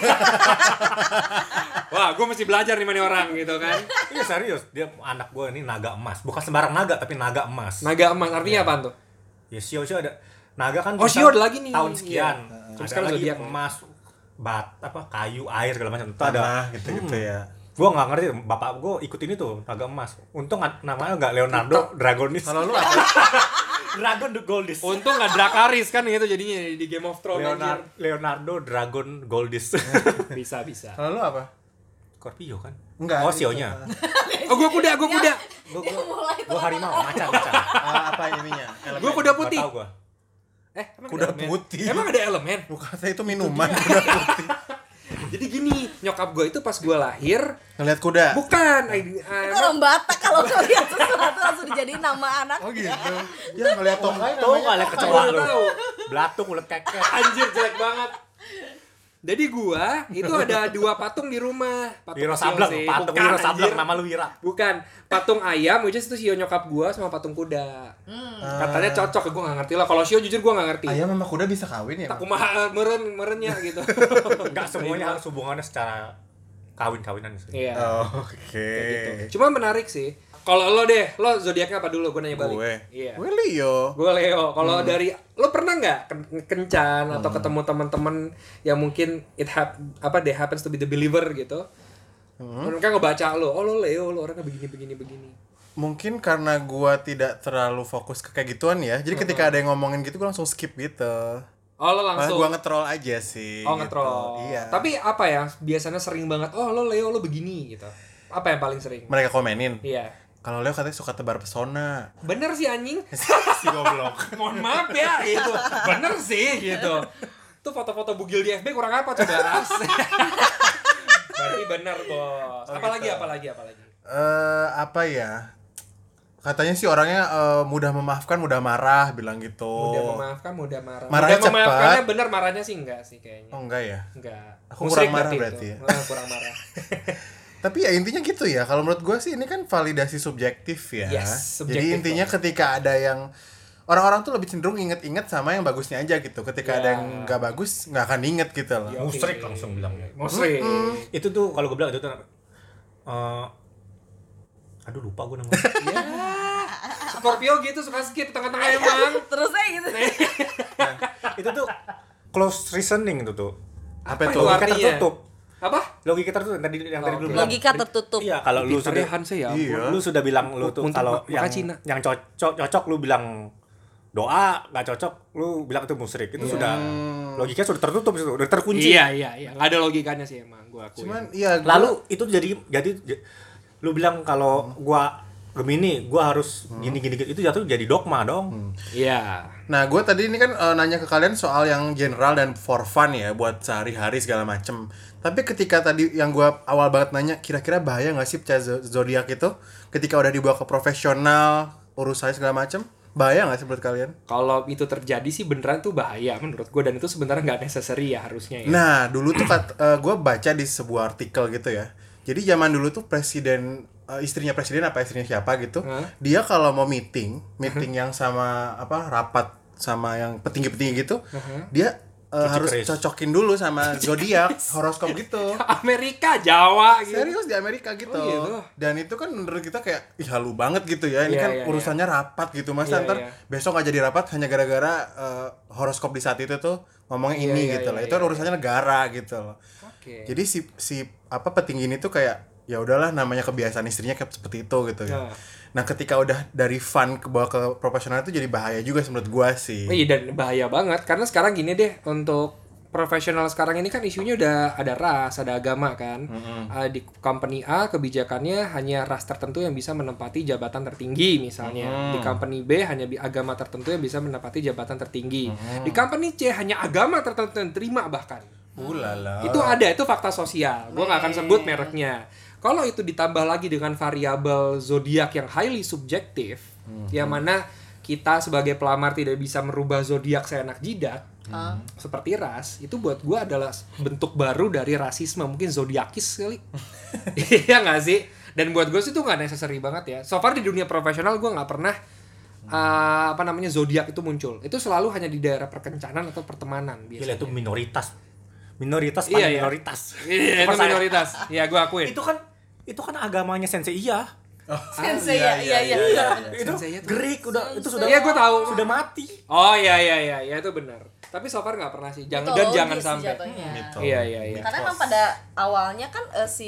[SPEAKER 1] Wah, gue mesti belajar nih mana orang gitu kan.
[SPEAKER 4] Iya serius, dia anak gua ini naga emas. Bukan sembarang naga tapi naga emas.
[SPEAKER 1] Naga emas artinya apaan tuh?
[SPEAKER 4] Ya Sio Sio ada naga kan
[SPEAKER 1] Oh,
[SPEAKER 4] bisa
[SPEAKER 1] Sio ada lagi nih.
[SPEAKER 4] tahun sekian.
[SPEAKER 1] Iya.
[SPEAKER 4] Ada
[SPEAKER 1] Sekarang
[SPEAKER 4] lagi
[SPEAKER 1] zodiak.
[SPEAKER 4] emas, bat apa kayu, air segala macam. Itu ada.
[SPEAKER 3] Tanah gitu-gitu ya.
[SPEAKER 4] Gua nggak ngerti, bapak gua ikut ini tuh naga emas. Untung nggak- namanya nggak Leonardo Dragonis.
[SPEAKER 3] Kalau lu apa?
[SPEAKER 4] Dragon the Goldis.
[SPEAKER 1] Untung nggak Drakaris kan itu jadinya di Game of Thrones.
[SPEAKER 4] Leonardo,
[SPEAKER 1] anjir.
[SPEAKER 4] Leonardo Dragon Goldis.
[SPEAKER 1] Bisa, bisa.
[SPEAKER 3] Kalau lu apa?
[SPEAKER 4] Scorpio kan?
[SPEAKER 3] Enggak.
[SPEAKER 4] Oh, Sionya.
[SPEAKER 1] Oh, gue kuda, gue kuda.
[SPEAKER 4] Gua, gua, gua harimau, macan, macan.
[SPEAKER 3] Ah, apa ininya? Elemen.
[SPEAKER 1] Gue kuda
[SPEAKER 4] Nggak
[SPEAKER 1] putih.
[SPEAKER 4] tahu gua.
[SPEAKER 1] Eh, emang
[SPEAKER 3] Kuda
[SPEAKER 1] ada elemen?
[SPEAKER 3] putih.
[SPEAKER 1] Emang ada elemen?
[SPEAKER 3] Bukan, saya itu minuman kuda putih.
[SPEAKER 1] Jadi gini, nyokap gue itu pas gue lahir,
[SPEAKER 3] Ngeliat kuda.
[SPEAKER 1] bukan. I- I-
[SPEAKER 2] Itu orang Batak kalau ngeliat sesuatu langsung dijadiin nama anak.
[SPEAKER 3] Oh gitu. Ya ngeliat tokai
[SPEAKER 4] Tuh
[SPEAKER 3] namanya.
[SPEAKER 4] nggak lihat kecoa
[SPEAKER 1] Baru
[SPEAKER 4] lu.
[SPEAKER 1] tahu.
[SPEAKER 4] Belatung ulet keket.
[SPEAKER 1] Anjir, jelek banget. Jadi gua itu ada dua patung di rumah. Patung
[SPEAKER 4] Wiro
[SPEAKER 1] kecil
[SPEAKER 4] Sableng,
[SPEAKER 1] sih.
[SPEAKER 4] patung
[SPEAKER 1] Bukan,
[SPEAKER 4] Wiro Sableng,
[SPEAKER 1] anjir.
[SPEAKER 4] nama lu Wira.
[SPEAKER 1] Bukan, patung ayam, which is itu Shio nyokap gua sama patung kuda. Katanya cocok, gua nggak ngerti lah. Kalau Shio jujur gua nggak ngerti.
[SPEAKER 3] Ayam sama kuda bisa kawin ya?
[SPEAKER 1] Tak kumaha meren merennya gitu.
[SPEAKER 4] Enggak semuanya harus hubungannya secara kawin-kawinan sih.
[SPEAKER 1] Iya.
[SPEAKER 3] Oh, oke.
[SPEAKER 1] Kayak gitu. Cuma menarik sih. Kalau lo deh, lo zodiaknya apa dulu? Gue nanya balik.
[SPEAKER 3] Gue.
[SPEAKER 1] Iya.
[SPEAKER 3] Gue Leo.
[SPEAKER 1] Gue Leo. Kalau dari lo pernah nggak ken- kencan atau ketemu teman-teman yang mungkin it hap apa they happens to be the believer gitu? Mereka ngebaca lo, oh lo Leo, lo orangnya begini begini begini.
[SPEAKER 3] Mungkin karena gue tidak terlalu fokus ke kayak gituan ya. Jadi ketika ada yang ngomongin gitu gue langsung skip gitu.
[SPEAKER 1] Oh lo
[SPEAKER 3] Malah
[SPEAKER 1] langsung.
[SPEAKER 3] gue nge-troll aja sih.
[SPEAKER 1] Oh
[SPEAKER 3] gitu.
[SPEAKER 1] nge-troll.
[SPEAKER 3] Iya.
[SPEAKER 1] Tapi apa ya? Biasanya sering banget. Oh lo Leo lo begini gitu. Apa yang paling sering?
[SPEAKER 3] Mereka komenin.
[SPEAKER 1] Iya.
[SPEAKER 3] Kalau Leo katanya suka tebar pesona.
[SPEAKER 1] Bener sih anjing.
[SPEAKER 3] Si goblok.
[SPEAKER 1] Mohon maaf ya gitu. Bener sih gitu. Tuh foto-foto bugil di F B kurang apa coba? Berarti bener bos.
[SPEAKER 3] Oh,
[SPEAKER 1] Apalagi
[SPEAKER 3] gitu.
[SPEAKER 1] apalagi apalagi.
[SPEAKER 3] Eh apa ya? Katanya sih orangnya eh, mudah memaafkan, mudah marah, bilang gitu.
[SPEAKER 1] Mudah memaafkan, mudah marah.
[SPEAKER 3] Marahnya
[SPEAKER 1] mudah memaafkannya
[SPEAKER 3] cepat.
[SPEAKER 1] bener, marahnya sih enggak sih kayaknya.
[SPEAKER 3] Oh enggak ya?
[SPEAKER 1] Enggak.
[SPEAKER 3] Aku
[SPEAKER 1] Musrik
[SPEAKER 3] kurang marah berarti
[SPEAKER 1] itu.
[SPEAKER 3] ya?
[SPEAKER 1] Ah, kurang marah.
[SPEAKER 3] Tapi ya intinya gitu ya. Kalau menurut gue sih ini kan validasi subjektif ya.
[SPEAKER 1] Yes, subjektif
[SPEAKER 3] Jadi intinya
[SPEAKER 1] banget.
[SPEAKER 3] ketika ada yang orang-orang tuh lebih cenderung inget-inget sama yang bagusnya aja gitu. Ketika
[SPEAKER 1] Ya.
[SPEAKER 3] ada yang nggak bagus, nggak akan inget gitu loh.
[SPEAKER 1] Ya.
[SPEAKER 4] Musrik langsung bilangnya.
[SPEAKER 1] Musrik.
[SPEAKER 4] Itu tuh kalau gue bilang itu tuh eh aduh lupa gue namanya.
[SPEAKER 1] Scorpio gitu suka skip tengah-tengah emang.
[SPEAKER 2] Terus aja gitu.
[SPEAKER 4] Itu tuh close reasoning itu tuh.
[SPEAKER 3] Apa
[SPEAKER 1] Apa
[SPEAKER 3] itu?
[SPEAKER 1] itu
[SPEAKER 4] Logika
[SPEAKER 1] artinya?
[SPEAKER 4] tertutup.
[SPEAKER 1] Apa?
[SPEAKER 4] Logika tertutup yang tadi yang tadi lu
[SPEAKER 1] Oke.
[SPEAKER 4] bilang.
[SPEAKER 2] Logika tertutup.
[SPEAKER 4] Iya, kalau lu sudah
[SPEAKER 1] Hanse ya.
[SPEAKER 3] Iya.
[SPEAKER 4] lu sudah bilang lu tuh
[SPEAKER 1] Untuk
[SPEAKER 4] kalau
[SPEAKER 1] maka
[SPEAKER 4] yang
[SPEAKER 1] Cina.
[SPEAKER 4] yang cocok cocok lu bilang doa, nggak cocok lu bilang itu musyrik. Itu sudah logikanya sudah tertutup, sudah terkunci.
[SPEAKER 1] Iya iya iya. Nggak ada logikanya sih emang gua akui.
[SPEAKER 3] Cuman iya. gua-
[SPEAKER 4] Lalu itu jadi jadi j- lu bilang kalau gua Gemini, gua harus gini gini gini. Itu jatuh jadi dogma dong.
[SPEAKER 1] Iya.
[SPEAKER 3] Nah, gue tadi ini kan eh, nanya ke kalian soal yang general dan for fun ya, buat sehari-hari segala macem. Tapi ketika tadi yang gue awal banget nanya, kira-kira bahaya nggak sih percaya zo- zodiak itu? Ketika udah dibawa ke profesional, urusannya segala macem, bahaya nggak sih menurut kalian?
[SPEAKER 1] Kalau itu terjadi sih beneran tuh bahaya menurut gua dan itu sebenarnya nggak necessary ya harusnya ya.
[SPEAKER 3] Nah, dulu tuh kat, gue baca di sebuah artikel gitu ya. Jadi zaman dulu tuh presiden eh, istrinya presiden apa istrinya siapa gitu,
[SPEAKER 1] Hah?
[SPEAKER 3] dia kalau mau meeting, meeting yang sama apa rapat sama yang petinggi-petinggi gitu, dia eh,
[SPEAKER 4] Cuci
[SPEAKER 3] harus
[SPEAKER 4] keris.
[SPEAKER 3] cocokin dulu sama zodiak, horoskop gitu.
[SPEAKER 1] Amerika, Jawa gitu.
[SPEAKER 3] Serius di Amerika gitu.
[SPEAKER 1] Oh, gitu.
[SPEAKER 3] Dan itu kan menurut kita kayak ih halu banget gitu ya. Ini
[SPEAKER 1] Iya,
[SPEAKER 3] kan
[SPEAKER 1] iya,
[SPEAKER 3] urusannya rapat gitu. Mas
[SPEAKER 1] Iya,
[SPEAKER 3] ntar
[SPEAKER 1] iya.
[SPEAKER 3] besok nggak jadi rapat hanya gara-gara eh, horoskop di saat itu tuh ngomongnya
[SPEAKER 1] Iya,
[SPEAKER 3] ini
[SPEAKER 1] iya,
[SPEAKER 3] gitu
[SPEAKER 1] iya,
[SPEAKER 3] lah. Itu kan
[SPEAKER 1] iya.
[SPEAKER 3] urusannya negara gitu loh.
[SPEAKER 1] Oke.
[SPEAKER 3] Jadi si si apa petinggi ini tuh kayak ya udahlah namanya kebiasaan istrinya kayak seperti itu gitu ya.
[SPEAKER 1] Nah.
[SPEAKER 3] Nah, ketika udah dari fun ke bawah ke profesional itu jadi bahaya juga sih menurut gua sih.
[SPEAKER 1] Iya dan bahaya banget karena sekarang gini deh untuk profesional sekarang ini kan isunya udah ada ras, ada agama kan. Uh, di company A kebijakannya hanya ras tertentu yang bisa menempati jabatan tertinggi misalnya. Di company B hanya bi- agama tertentu yang bisa menempati jabatan tertinggi. Di company C hanya agama tertentu yang terima bahkan.
[SPEAKER 3] Ulala.
[SPEAKER 1] Itu ada, itu fakta sosial. Gue nggak akan sebut mereknya. Kalau itu ditambah lagi dengan variabel zodiak yang highly subjektif, yang mana kita sebagai pelamar tidak bisa merubah zodiak seenak jidat, seperti ras, itu buat gue adalah bentuk baru dari rasisme, mungkin zodiakis kali. Iya nggak sih? Dan buat gue sih itu nggak necessary banget ya. So far di dunia profesional gue nggak pernah uh, apa namanya zodiak itu muncul. Itu selalu hanya di daerah perkencanan atau pertemanan
[SPEAKER 4] Gila
[SPEAKER 1] biasanya.
[SPEAKER 4] itu minoritas. Minoritas
[SPEAKER 1] Iya,
[SPEAKER 4] pada
[SPEAKER 1] iya.
[SPEAKER 4] minoritas.
[SPEAKER 1] Iya, itu
[SPEAKER 4] Percaya.
[SPEAKER 1] minoritas. Iya, gue akuin.
[SPEAKER 4] Itu kan itu kan agamanya Sensei iya.
[SPEAKER 3] Oh,
[SPEAKER 2] Sensei ya, iya iya.
[SPEAKER 4] Iya, itu
[SPEAKER 1] Sensei itu.
[SPEAKER 4] Greek udah itu sudah
[SPEAKER 1] Iya, gue tahu.
[SPEAKER 4] sudah mati.
[SPEAKER 1] Oh iya iya iya, ya itu benar. Tapi so far nggak pernah sih. Jangan dan
[SPEAKER 2] Mitologis
[SPEAKER 1] jangan
[SPEAKER 2] sih
[SPEAKER 1] sampai.
[SPEAKER 2] jatuhnya.
[SPEAKER 3] Gitu.
[SPEAKER 1] Iya iya iya.
[SPEAKER 2] Karena emang pada awalnya kan eh, si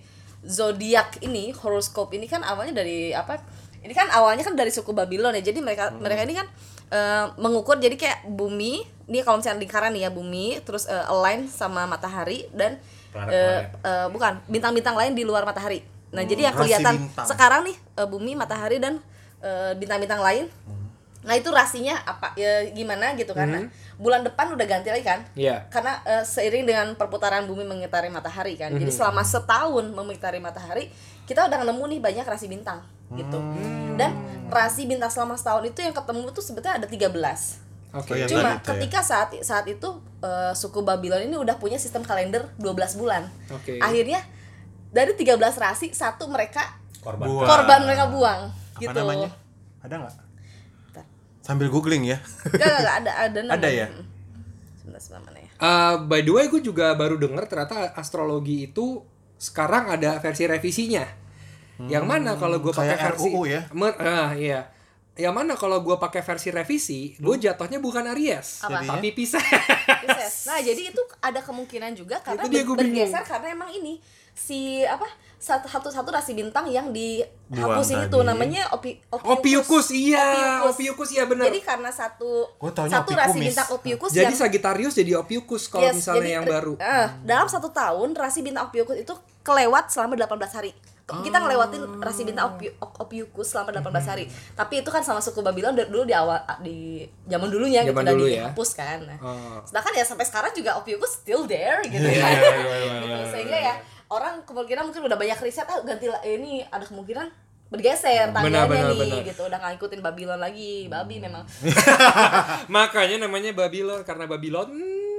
[SPEAKER 2] zodiak ini, horoskop ini kan awalnya dari apa? Ini kan awalnya kan dari suku Babylon ya. Jadi mereka mereka ini kan eh, mengukur jadi kayak bumi, ini kalau misalnya lingkaran nih ya bumi, terus eh, align sama matahari dan eh, eh, bukan bintang-bintang lain di luar matahari. Nah, jadi yang
[SPEAKER 3] rasi
[SPEAKER 2] kelihatan
[SPEAKER 3] bintang.
[SPEAKER 2] sekarang nih eh, bumi, matahari dan eh, bintang-bintang lain. Nah, itu rasinya apa ya gimana gitu kan. Nah, bulan depan udah ganti lagi kan?
[SPEAKER 1] Iya.
[SPEAKER 2] Karena eh, seiring dengan perputaran bumi mengitari matahari kan. Jadi selama setahun mengitari matahari, kita udah nemu nih banyak rasi bintang gitu. Dan rasi bintang selama setahun itu yang ketemu tuh sebetulnya ada tiga belas.
[SPEAKER 1] Oke.
[SPEAKER 3] Oh, yang
[SPEAKER 2] Cuma
[SPEAKER 3] tadi itu ya?
[SPEAKER 2] ketika saat saat itu uh, suku Babylon ini udah punya sistem kalender dua belas bulan.
[SPEAKER 1] Oke.
[SPEAKER 2] Akhirnya dari tiga belas rasi satu mereka
[SPEAKER 4] Korban.
[SPEAKER 3] Buang.
[SPEAKER 2] korban mereka buang
[SPEAKER 3] Apa
[SPEAKER 2] gitu.
[SPEAKER 3] namanya? Ada nggak? Sambil googling ya.
[SPEAKER 2] Gak, gak, gak, ada ada namanya.
[SPEAKER 3] Ada ya?
[SPEAKER 2] Sebentar, sebentar mana ya?
[SPEAKER 1] Uh, by the way, gue juga baru denger ternyata astrologi itu sekarang ada versi revisinya. Hmm, yang mana kalau gue pakai
[SPEAKER 3] kayak
[SPEAKER 1] versi
[SPEAKER 3] R U U ya?
[SPEAKER 1] Men, ah, iya. Yang mana kalau gue pakai versi revisi, gue jatuhnya bukan Aries,
[SPEAKER 2] Apa?
[SPEAKER 1] tapi Pisces.
[SPEAKER 2] Pisces. Nah, jadi itu ada kemungkinan juga karena
[SPEAKER 1] Itu dia
[SPEAKER 2] ber-
[SPEAKER 1] gua bingung.
[SPEAKER 2] bergeser karena emang ini si apa satu satu, satu rasi bintang yang dihapusin
[SPEAKER 3] Buang
[SPEAKER 2] itu
[SPEAKER 3] tadi.
[SPEAKER 2] namanya opi,
[SPEAKER 1] Ophiuchus, iya,
[SPEAKER 2] Ophiuchus.
[SPEAKER 1] Ophiuchus, iya benar.
[SPEAKER 2] Jadi karena satu
[SPEAKER 3] Gua taunya
[SPEAKER 2] satu rasi
[SPEAKER 3] Ophiuchus.
[SPEAKER 2] bintang Ophiuchus
[SPEAKER 1] Jadi
[SPEAKER 2] yang
[SPEAKER 1] Sagittarius jadi Ophiuchus kalau
[SPEAKER 2] Yes,
[SPEAKER 1] misalnya
[SPEAKER 2] jadi,
[SPEAKER 1] yang baru.
[SPEAKER 2] eh, dalam satu tahun rasi bintang Ophiuchus itu kelewat selama delapan belas hari. Kita ngelewatin rasi bintang Ophi- Ophiuchus selama delapan belas hari. Tapi itu kan sama suku Babylon dari dulu di awal di zaman dulunya gitu
[SPEAKER 1] Zaman
[SPEAKER 2] udah
[SPEAKER 1] dulu ya.
[SPEAKER 2] dihapus kan. Nah,
[SPEAKER 1] Oh.
[SPEAKER 2] sedangkan ya sampai sekarang juga Ophiuchus still there gitu
[SPEAKER 3] Iya,
[SPEAKER 2] kan.
[SPEAKER 3] iya, iya, iya,
[SPEAKER 2] Gitu.
[SPEAKER 3] iya,
[SPEAKER 2] Sehingga ya orang kemungkinan mungkin udah banyak riset ah ganti lah ini ada kemungkinan bergeser tangganya
[SPEAKER 1] benar,
[SPEAKER 2] nih
[SPEAKER 1] benar.
[SPEAKER 2] gitu udah nggak ngikutin Babylon lagi babi memang.
[SPEAKER 1] Makanya namanya Babylon karena Babylon.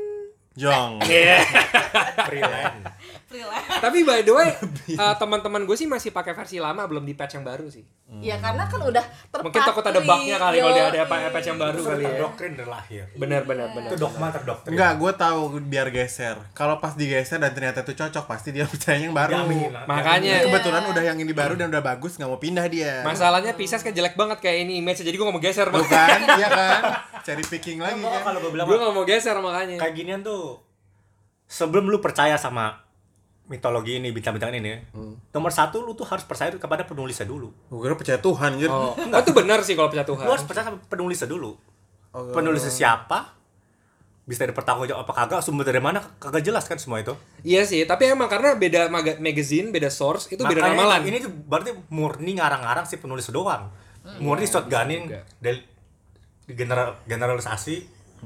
[SPEAKER 3] Jong.
[SPEAKER 1] Iya.
[SPEAKER 4] Freelance.
[SPEAKER 2] Freelance.
[SPEAKER 1] Tapi by the way, uh, teman-teman gue sih masih pakai versi lama, belum di patch yang baru sih.
[SPEAKER 2] Ya karena kan udah terpatri.
[SPEAKER 1] Mungkin takut ada bug-nya kali kalau dia ada
[SPEAKER 2] Yoi.
[SPEAKER 1] patch yang baru
[SPEAKER 4] Itu
[SPEAKER 1] kali ya.
[SPEAKER 4] terdoktrin dari lahir.
[SPEAKER 1] Benar, benar, benar.
[SPEAKER 4] Itu dogma terdoktrin.
[SPEAKER 3] Enggak, gue tahu biar geser. Kalau pas digeser dan ternyata itu cocok, pasti dia percaya yang baru.
[SPEAKER 4] Jamin.
[SPEAKER 1] Makanya.
[SPEAKER 3] Nah, kebetulan udah yang ini baru dan udah bagus, nggak mau pindah dia.
[SPEAKER 1] Masalahnya Pisces kan jelek banget kayak ini image, jadi gue gak mau geser.
[SPEAKER 3] Bukan, iya kan? Cari picking lagi
[SPEAKER 4] Pokoknya
[SPEAKER 3] kan.
[SPEAKER 4] kalau gue bilang
[SPEAKER 1] Gue gak mau geser makanya.
[SPEAKER 4] kayak ginian tuh, sebelum lu percaya sama mitologi ini, bintang-bintang ini, hmm. nomor satu lu tuh harus percaya kepada penulisnya dulu.
[SPEAKER 3] Gue kira percaya Tuhan, anjir.
[SPEAKER 1] Oh, oh itu benar sih kalau percaya Tuhan.
[SPEAKER 4] Lu harus percaya sama penulisnya dulu.
[SPEAKER 3] Oh.
[SPEAKER 4] Penulisnya siapa? Bisa dipertanggungjawab apa kagak? Sumber dari mana? Kagak jelas kan semua itu.
[SPEAKER 1] Iya sih, tapi emang karena beda maga- magazine, beda source, itu beda
[SPEAKER 4] Makanya
[SPEAKER 1] ramalan.
[SPEAKER 4] Ini tuh berarti murni ngarang-ngarang si penulis doang. Murni shotgunning
[SPEAKER 1] juga.
[SPEAKER 4] dari general generalisasi.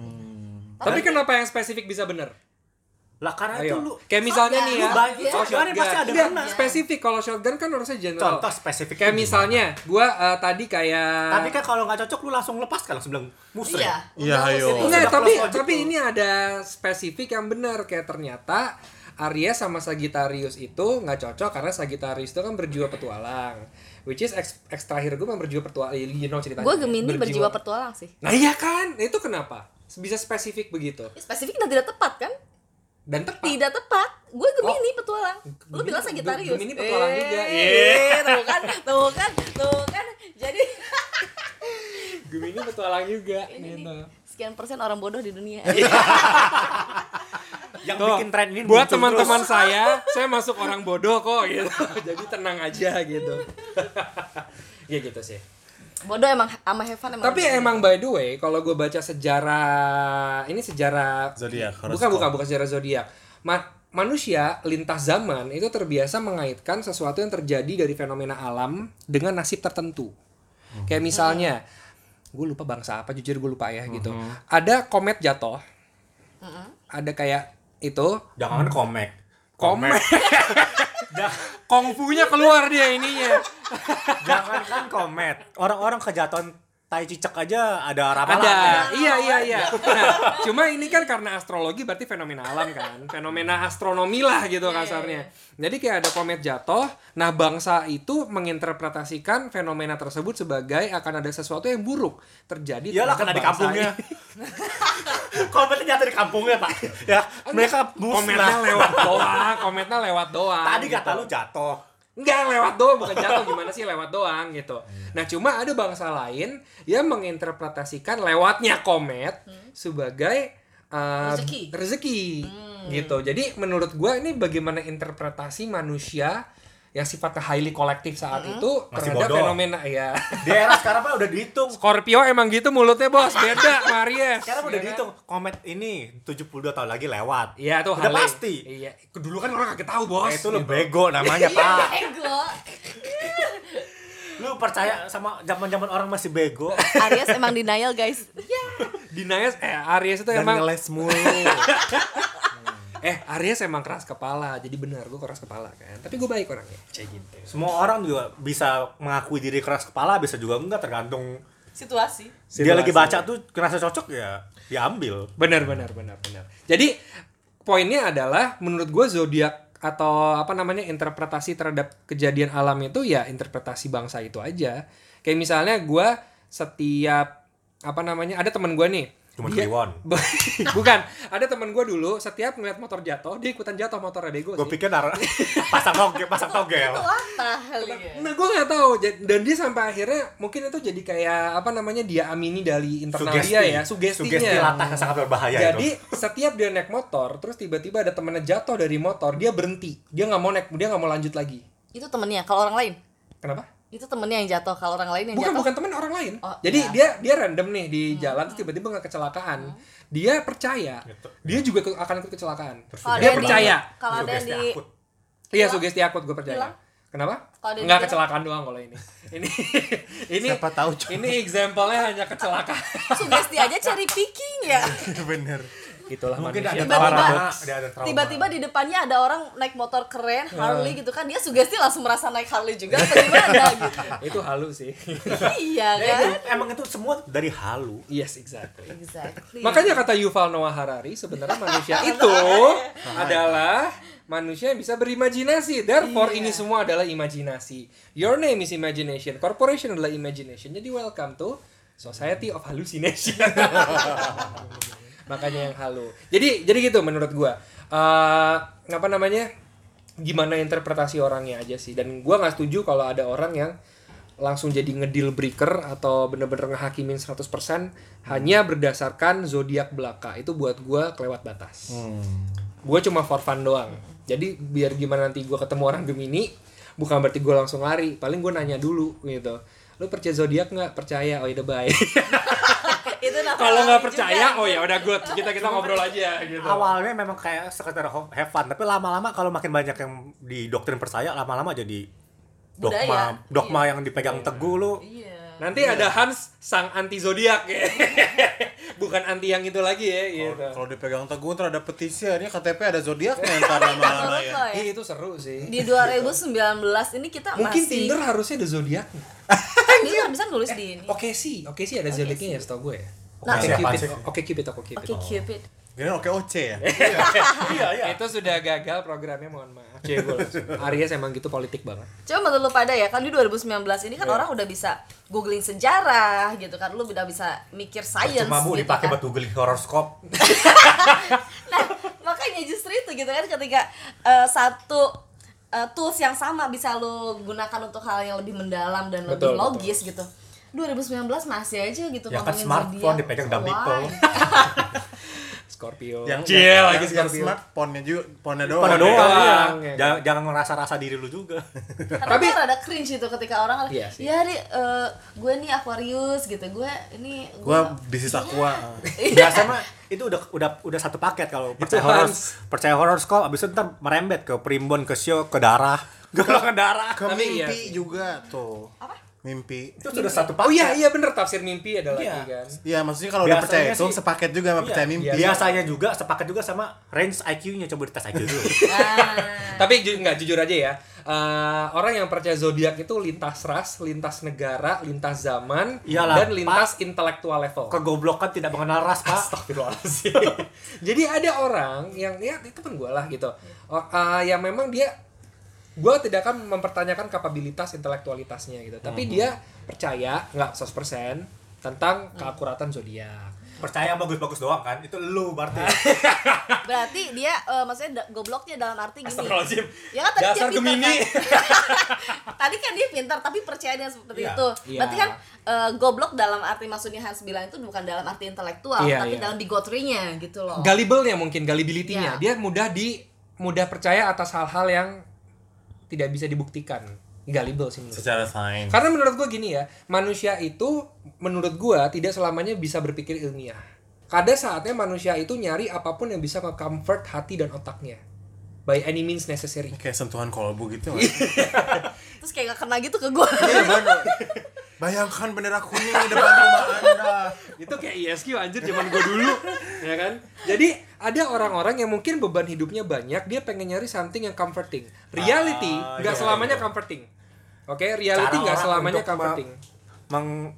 [SPEAKER 1] Tapi kenapa yang spesifik bisa benar?
[SPEAKER 4] Lah karena itu
[SPEAKER 1] Ayo.
[SPEAKER 4] lu
[SPEAKER 1] Kayak misalnya
[SPEAKER 2] Shotgun.
[SPEAKER 1] nih ya,
[SPEAKER 2] Lu
[SPEAKER 4] banyak-
[SPEAKER 1] oh,
[SPEAKER 4] shotgun pasti ada
[SPEAKER 1] Enggak,
[SPEAKER 4] benar.
[SPEAKER 1] spesifik. Kalau shotgun kan harusnya general.
[SPEAKER 4] contoh spesifik.
[SPEAKER 1] Kayak
[SPEAKER 4] tuh
[SPEAKER 1] misalnya, gua uh, tadi kayak
[SPEAKER 4] gimana? Tapi kan kalau nggak cocok lu langsung lepas kan langsung bilang musrik.
[SPEAKER 2] Iya.
[SPEAKER 3] Iya,
[SPEAKER 2] udah
[SPEAKER 3] ayo.
[SPEAKER 2] musrik.
[SPEAKER 1] Enggak,
[SPEAKER 4] Sudah
[SPEAKER 1] tapi
[SPEAKER 4] close logic
[SPEAKER 1] tapi
[SPEAKER 4] tuh.
[SPEAKER 1] ini ada spesifik yang benar kayak ternyata Aries sama Sagittarius itu nggak cocok karena Sagittarius itu kan berjiwa petualang, which is ex, ex terakhir gue memang berjiwa petualang, you know ceritanya.
[SPEAKER 2] Gue Gemini berjiwa petualang sih.
[SPEAKER 1] Nah iya kan, itu kenapa bisa spesifik begitu
[SPEAKER 2] Spesifik dan tidak tepat kan?
[SPEAKER 1] dan tepat.
[SPEAKER 2] Tidak tepat. Gue Gemini petualang. Lu
[SPEAKER 1] Gemini-
[SPEAKER 2] bilang Sagittarius.
[SPEAKER 1] Gemini petualang
[SPEAKER 2] Eh,
[SPEAKER 1] juga.
[SPEAKER 2] eh, tuh kan, tuh kan, tuh kan. Jadi
[SPEAKER 1] Gemini petualang juga.
[SPEAKER 2] ini
[SPEAKER 1] Gitu.
[SPEAKER 2] nih, sekian persen orang bodoh di dunia.
[SPEAKER 4] Yang
[SPEAKER 1] Tuh,
[SPEAKER 4] bikin tren ini
[SPEAKER 1] buat
[SPEAKER 4] muncul
[SPEAKER 1] teman-teman
[SPEAKER 4] terus.
[SPEAKER 1] saya, saya masuk orang bodoh kok gitu. Jadi tenang aja gitu. Ya gitu sih.
[SPEAKER 2] Bodoh emang sama Heaven emang.
[SPEAKER 1] Tapi emang by the way, kalau gue baca sejarah ini sejarah
[SPEAKER 3] Zodiak,
[SPEAKER 1] bukan
[SPEAKER 3] horoskop.
[SPEAKER 1] bukan bukan sejarah zodiak. Ma- manusia lintas zaman itu terbiasa mengaitkan sesuatu yang terjadi dari fenomena alam dengan nasib tertentu. Kayak misalnya, gue lupa bangsa apa, jujur gue lupa ya gitu. Ada komet jatuh, ada kayak itu
[SPEAKER 4] Jangan komek.
[SPEAKER 1] komet,
[SPEAKER 4] Jangan,
[SPEAKER 1] kungfunya keluar dia ininya.
[SPEAKER 4] jangan kan komet. Orang-orang kejatuhan tai cicak aja ada ramalan.
[SPEAKER 1] Ada, iya iya iya. Nah, cuma ini kan karena astrologi berarti fenomena alam kan, fenomena astronomi lah gitu kasarnya. Jadi kayak ada komet jatuh, nah bangsa itu menginterpretasikan fenomena tersebut sebagai akan ada sesuatu yang buruk terjadi.
[SPEAKER 4] Iyalah
[SPEAKER 1] terhadap
[SPEAKER 4] kena di
[SPEAKER 1] bangsa
[SPEAKER 4] kampungnya.
[SPEAKER 1] ini.
[SPEAKER 4] Kometnya jatuh di kampungnya, Pak. Ya, mereka
[SPEAKER 1] Kometnya
[SPEAKER 4] musnah.
[SPEAKER 1] lewat doang, kometnya lewat doang.
[SPEAKER 4] Tadi kata
[SPEAKER 1] gitu.
[SPEAKER 4] lu jatuh.
[SPEAKER 1] Enggak, lewat doang, bukan jatuh, gimana sih lewat doang gitu. Nah, cuma ada bangsa lain yang menginterpretasikan lewatnya komet sebagai uh,
[SPEAKER 2] Rezeki.
[SPEAKER 1] rezeki gitu. Jadi menurut gua ini bagaimana interpretasi manusia yang sifatnya highly kolektif saat itu
[SPEAKER 4] Masih
[SPEAKER 1] terhadap
[SPEAKER 4] bodoh.
[SPEAKER 1] fenomena ya.
[SPEAKER 4] Di era sekarang mah udah dihitung.
[SPEAKER 1] Scorpio emang gitu mulutnya, Bos. Beda sama Aries.
[SPEAKER 4] Sekarang udah
[SPEAKER 1] ya kan?
[SPEAKER 4] dihitung. Komet ini tujuh puluh dua tahun lagi lewat.
[SPEAKER 1] Iya, tuh
[SPEAKER 4] Udah
[SPEAKER 1] Halley.
[SPEAKER 4] pasti.
[SPEAKER 1] Iya. Dulu kan orang kagak tahu, Bos.
[SPEAKER 4] Eh, itu lu bego namanya, Pak.
[SPEAKER 2] Ego.
[SPEAKER 4] Lu percaya sama zaman-zaman orang masih bego?
[SPEAKER 2] Aries emang denial guys.
[SPEAKER 1] Denies eh Aries itu
[SPEAKER 3] Dan
[SPEAKER 1] emang
[SPEAKER 3] ngeles mulu.
[SPEAKER 1] eh Aries emang keras kepala. Jadi benar gue keras kepala kan. Tapi gue baik orangnya. Kayak gitu.
[SPEAKER 4] Semua orang juga bisa mengakui diri keras kepala, bisa juga enggak, tergantung
[SPEAKER 2] Situasi.
[SPEAKER 4] Dia lagi baca tuh ngerasa cocok ya diambil.
[SPEAKER 1] Benar benar benar benar. Jadi poinnya adalah menurut gue zodiak atau apa namanya interpretasi terhadap kejadian alam itu ya interpretasi bangsa itu aja. Kayak misalnya gue setiap apa namanya ada teman gue nih.
[SPEAKER 4] Cuma
[SPEAKER 1] dia,
[SPEAKER 4] Kliwon.
[SPEAKER 1] Bukan, ada teman gue dulu setiap ngeliat motor jatuh dia ikutan jatuh motornya bego
[SPEAKER 4] Gue
[SPEAKER 1] sih.
[SPEAKER 4] pikir nar- pasang togel, pasang togel.
[SPEAKER 2] Itu apa kali ya?
[SPEAKER 1] Nah gue nggak tahu dan dia sampai akhirnya mungkin itu jadi kayak apa namanya dia amini dari internal
[SPEAKER 4] Sugesti.
[SPEAKER 1] dia ya sugestinya.
[SPEAKER 4] Sugesti latah yang sangat berbahaya
[SPEAKER 1] Jadi
[SPEAKER 4] itu.
[SPEAKER 1] setiap dia naik motor terus tiba-tiba ada temennya jatuh dari motor dia berhenti dia nggak mau naik dia nggak mau lanjut lagi.
[SPEAKER 2] Itu temennya, kalau orang lain?
[SPEAKER 1] Kenapa?
[SPEAKER 2] Itu temennya yang jatuh, kalau orang lain yang
[SPEAKER 1] Bukan
[SPEAKER 2] jatuh?
[SPEAKER 1] bukan temen orang lain.
[SPEAKER 2] Oh,
[SPEAKER 1] Jadi
[SPEAKER 2] ya.
[SPEAKER 1] dia dia random nih di jalan terus tiba-tiba nggak kecelakaan. Dia percaya
[SPEAKER 4] Gitu.
[SPEAKER 1] dia juga ke- akan ikut kecelakaan.
[SPEAKER 2] Kalau ada
[SPEAKER 1] Dia
[SPEAKER 2] yang di-
[SPEAKER 1] percaya.
[SPEAKER 2] Kalau ada yang
[SPEAKER 4] Sugesti
[SPEAKER 2] di
[SPEAKER 4] akut.
[SPEAKER 1] Iya
[SPEAKER 2] Hilang?
[SPEAKER 1] sugesti akut gue percaya.
[SPEAKER 2] Hilang?
[SPEAKER 1] Kenapa?
[SPEAKER 2] Kalau ada yang
[SPEAKER 1] Enggak
[SPEAKER 2] hilang?
[SPEAKER 1] kecelakaan doang kalau ini. Ini ini
[SPEAKER 3] Siapa tahu, Cok.
[SPEAKER 1] ini example-nya hanya kecelakaan.
[SPEAKER 2] sugesti aja cherry picking ya.
[SPEAKER 3] Bener.
[SPEAKER 1] Itulah
[SPEAKER 4] Mungkin
[SPEAKER 1] manusia.
[SPEAKER 4] ada
[SPEAKER 2] Tiba-tiba-
[SPEAKER 4] trauma, dia ada trauma.
[SPEAKER 2] Tiba-tiba di depannya ada orang naik motor keren, Harley gitu kan, dia sugesti langsung merasa naik Harley juga atau gimana gitu.
[SPEAKER 1] Itu halu sih.
[SPEAKER 2] Iya
[SPEAKER 4] Ya,
[SPEAKER 2] kan?
[SPEAKER 4] itu, emang itu semua dari halu.
[SPEAKER 1] Yes, exactly.
[SPEAKER 2] Exactly.
[SPEAKER 1] Makanya kata Yuval Noah Harari sebenarnya manusia itu adalah manusia yang bisa berimajinasi. Therefore
[SPEAKER 2] Iya.
[SPEAKER 1] ini semua adalah imajinasi. Your name is imagination. Corporation adalah imagination. Jadi welcome to Society of Hallucination. Makanya yang halu. Jadi jadi gitu menurut gua. Eh apa namanya? Gimana interpretasi orangnya aja sih. Dan gua nggak setuju kalau ada orang yang langsung jadi ngedeal breaker atau bener-bener ngehakimin seratus persen hanya berdasarkan zodiak belaka. Itu buat gua kelewat batas.
[SPEAKER 3] Hmm.
[SPEAKER 1] Gue cuma for fun doang. Jadi biar gimana nanti gue ketemu orang Gemini, bukan berarti gue langsung lari. Paling gue nanya dulu gitu. Lu percaya zodiak nggak? Percaya. Oh ya udah bye.
[SPEAKER 2] Itu namanya
[SPEAKER 1] Kalau nggak
[SPEAKER 2] juga.
[SPEAKER 1] percaya, oh ya udah good. Kita kita ngobrol aja gitu.
[SPEAKER 4] Awalnya memang kayak sekedar have fun, tapi lama-lama kalau makin banyak yang di doktrin percaya, lama-lama jadi dogma,
[SPEAKER 2] Budaya.
[SPEAKER 4] dogma
[SPEAKER 2] Iya.
[SPEAKER 4] yang dipegang teguh lu.
[SPEAKER 2] Iya.
[SPEAKER 1] Nanti ada Hans sang anti zodiak ya. Bukan anti yang itu lagi ya gitu.
[SPEAKER 3] Kalau dipegang teguh ntar ada petisi akhirnya K T P ada zodiaknya ntar lama-lama
[SPEAKER 2] Menurut
[SPEAKER 3] ya.
[SPEAKER 2] lo ya,
[SPEAKER 1] Ih, itu seru sih.
[SPEAKER 2] di dua ribu sembilan belas ini kita
[SPEAKER 1] Mungkin
[SPEAKER 2] masih
[SPEAKER 1] Tinder harusnya ada zodiaknya.
[SPEAKER 2] kan dia nggak bisa nulis di ini.
[SPEAKER 1] Oke sih, oke sih ada zodiaknya ya setahu gue ya.
[SPEAKER 2] Nah,
[SPEAKER 1] Oke
[SPEAKER 4] siapa
[SPEAKER 1] Cupid,
[SPEAKER 4] sih?
[SPEAKER 1] oke Cupid, oke Cupid.
[SPEAKER 2] Oke Cupid.
[SPEAKER 3] Gini oke O C ya.
[SPEAKER 4] Iya, iya.
[SPEAKER 1] Itu sudah gagal programnya, mohon maaf. Cek gue langsung. Aries emang gitu politik banget.
[SPEAKER 2] Coba menurut lu pada ya, kan di dua ribu sembilan belas ini kan
[SPEAKER 1] Iya.
[SPEAKER 2] orang udah bisa googling sejarah gitu kan, lu udah bisa mikir science
[SPEAKER 4] Cuma bu
[SPEAKER 2] gitu
[SPEAKER 4] dipakai
[SPEAKER 2] kan.
[SPEAKER 4] buat googling horoskop.
[SPEAKER 2] Nah, makanya justru itu gitu kan, ketika eh, satu eh, tools yang sama bisa lu gunakan untuk hal yang lebih mendalam dan lebih
[SPEAKER 1] Betul,
[SPEAKER 2] logis gitu. dua ribu sembilan belas masih aja gitu
[SPEAKER 4] Ya kan
[SPEAKER 2] ngomongin
[SPEAKER 4] smartphone
[SPEAKER 2] zodiak.
[SPEAKER 4] dipegang dumb
[SPEAKER 2] Why?
[SPEAKER 4] people.
[SPEAKER 1] Scorpio.
[SPEAKER 3] Yang
[SPEAKER 1] Cie,
[SPEAKER 3] yang,
[SPEAKER 1] lagi
[SPEAKER 3] yang
[SPEAKER 1] Scorpio.
[SPEAKER 3] smart ponnya juga ponnya doang.
[SPEAKER 4] Pada
[SPEAKER 1] doang,
[SPEAKER 4] doang, iya.
[SPEAKER 1] ya.
[SPEAKER 4] Jangan, jangan ngerasa-rasa diri lu juga.
[SPEAKER 2] Tapi rada cringe itu ketika orang
[SPEAKER 1] Iya sih.
[SPEAKER 2] ya di eh, gue nih Aquarius gitu, gue ini
[SPEAKER 3] Gua bisnis aqua.
[SPEAKER 4] Biasanya mah itu udah udah udah satu paket kalau percaya
[SPEAKER 1] Itu
[SPEAKER 4] horor,
[SPEAKER 1] Hans.
[SPEAKER 4] percaya horoskop abis itu ntar merembet ke primbon, ke sio, ke darah, golongan darah.
[SPEAKER 3] Ke
[SPEAKER 1] Tapi
[SPEAKER 3] mimpi
[SPEAKER 1] iya.
[SPEAKER 3] juga tuh.
[SPEAKER 2] Apa?
[SPEAKER 3] Mimpi.
[SPEAKER 4] Itu sudah satu
[SPEAKER 1] Oh
[SPEAKER 4] paket.
[SPEAKER 1] iya iya bener tafsir mimpi ada
[SPEAKER 4] Iya.
[SPEAKER 1] lagi kan.
[SPEAKER 3] Iya, maksudnya kalau udah
[SPEAKER 4] Biasanya
[SPEAKER 3] percaya itu
[SPEAKER 4] sih-
[SPEAKER 3] sepaket juga sama
[SPEAKER 4] Iya,
[SPEAKER 3] percaya mimpi.
[SPEAKER 4] Biasanya juga sepaket juga sama range I Q-nya, coba dites I Q dulu.
[SPEAKER 2] Nah,
[SPEAKER 1] Tapi ju- nggak jujur aja ya. Eh, orang yang percaya zodiak itu lintas ras, lintas negara, lintas zaman,
[SPEAKER 4] Iyalah,
[SPEAKER 1] dan lintas intelektual level.
[SPEAKER 4] Kegoblokan tidak mengenal ras, Pak.
[SPEAKER 1] Astagfirullahaladzim. Jadi ada orang yang ya itu kan gue lah gitu. Oh, eh, yang memang dia gue tidak akan mempertanyakan kapabilitas intelektualitasnya gitu. Tapi dia percaya nggak seratus persen tentang keakuratan zodiak.
[SPEAKER 4] Percaya bagus-bagus doang kan? Itu lu berarti.
[SPEAKER 2] berarti dia eh, maksudnya da- gobloknya dalam arti gini.
[SPEAKER 1] Astagfirullahaladzim.
[SPEAKER 2] Ya kan tadi
[SPEAKER 1] Dasar
[SPEAKER 2] dia pintar
[SPEAKER 1] Gemini.
[SPEAKER 2] kan. Tadi kan dia pintar tapi percayanya seperti
[SPEAKER 4] Iya.
[SPEAKER 2] itu.
[SPEAKER 1] Iya.
[SPEAKER 2] Berarti kan eh, goblok dalam arti maksudnya Hans bilang itu bukan dalam arti intelektual,
[SPEAKER 1] Iya,
[SPEAKER 2] tapi
[SPEAKER 1] iya.
[SPEAKER 2] dalam bigotry-nya gitu loh.
[SPEAKER 1] Gullible-nya mungkin, gullibility-nya.
[SPEAKER 2] Iya.
[SPEAKER 1] Dia mudah di mudah percaya atas hal-hal yang tidak bisa dibuktikan. Gullible sih menurut.
[SPEAKER 3] Secara sains.
[SPEAKER 1] Karena menurut gue gini ya, manusia itu menurut gue tidak selamanya bisa berpikir ilmiah. Ada saatnya manusia itu nyari apapun yang bisa nge-comfort hati dan otaknya. By any means necessary.
[SPEAKER 3] Kayak sentuhan kolbu gitu nggak?
[SPEAKER 2] Terus kayak gak kena gitu ke gue.
[SPEAKER 3] Iya bener. Bayangkan bendera kuning di depan rumah Anda.
[SPEAKER 1] Itu kayak I S Q anjir zaman gue dulu. Ya kan? Jadi ada orang-orang yang mungkin beban hidupnya banyak, dia pengen nyari something yang comforting. Reality
[SPEAKER 4] Ah,
[SPEAKER 1] nggak
[SPEAKER 4] iya,
[SPEAKER 1] selamanya
[SPEAKER 4] iya.
[SPEAKER 1] comforting. Oke, reality
[SPEAKER 4] Cara
[SPEAKER 1] nggak
[SPEAKER 4] orang
[SPEAKER 1] selamanya
[SPEAKER 4] untuk
[SPEAKER 1] comforting.
[SPEAKER 4] meng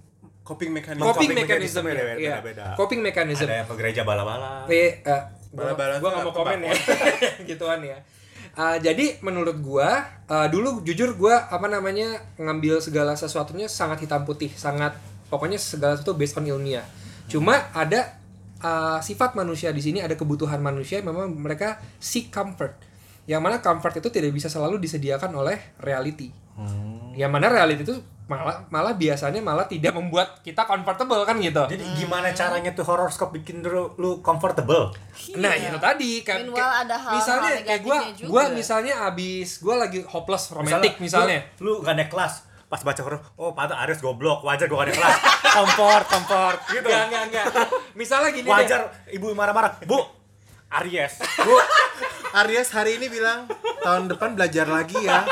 [SPEAKER 3] Coping mechanism.
[SPEAKER 1] Coping
[SPEAKER 4] Coping
[SPEAKER 1] mechanism
[SPEAKER 4] mechanism
[SPEAKER 1] ya.
[SPEAKER 4] beda-
[SPEAKER 1] Iya.
[SPEAKER 4] beda-beda.
[SPEAKER 1] Coping mechanism.
[SPEAKER 4] Ada yang ke gereja bala-bala.
[SPEAKER 1] Tapi uh,
[SPEAKER 3] Bala-bala
[SPEAKER 1] gua
[SPEAKER 3] tuh
[SPEAKER 1] nggak mau
[SPEAKER 3] apa,
[SPEAKER 1] komen
[SPEAKER 3] Pak?
[SPEAKER 1] ya. Gituan ya. Uh, jadi menurut gua uh, dulu jujur gua apa namanya ngambil segala sesuatunya sangat hitam putih, sangat pokoknya segala sesuatu based on ilmiah. Cuma ada uh, sifat manusia di sini, ada kebutuhan manusia memang mereka seek comfort. Yang mana comfort itu tidak bisa selalu disediakan oleh reality. Hmm. Yang mana reality itu malah malah biasanya malah tidak membuat kita comfortable kan gitu.
[SPEAKER 4] Jadi gimana caranya tuh horoscope bikin lu, lu comfortable?
[SPEAKER 1] Nah
[SPEAKER 2] Iya.
[SPEAKER 1] itu tadi kan
[SPEAKER 2] Meanwhile
[SPEAKER 1] kayak-
[SPEAKER 2] ada hal-hal
[SPEAKER 1] misalnya kayak gue
[SPEAKER 2] negatifnya juga.
[SPEAKER 1] gue misalnya abis gue lagi hopeless romantic misalnya,
[SPEAKER 4] Lu, lu gak naik kelas, pas baca huruf, oh pada Aries goblok, wajar gua gak naik kelas. Comfort, comfort, gitu.
[SPEAKER 1] enggak enggak enggak misalnya gini
[SPEAKER 4] Wajar
[SPEAKER 1] deh,
[SPEAKER 4] ibu marah-marah, Bu, Aries. Bu,
[SPEAKER 3] Aries hari ini bilang tahun depan belajar lagi ya.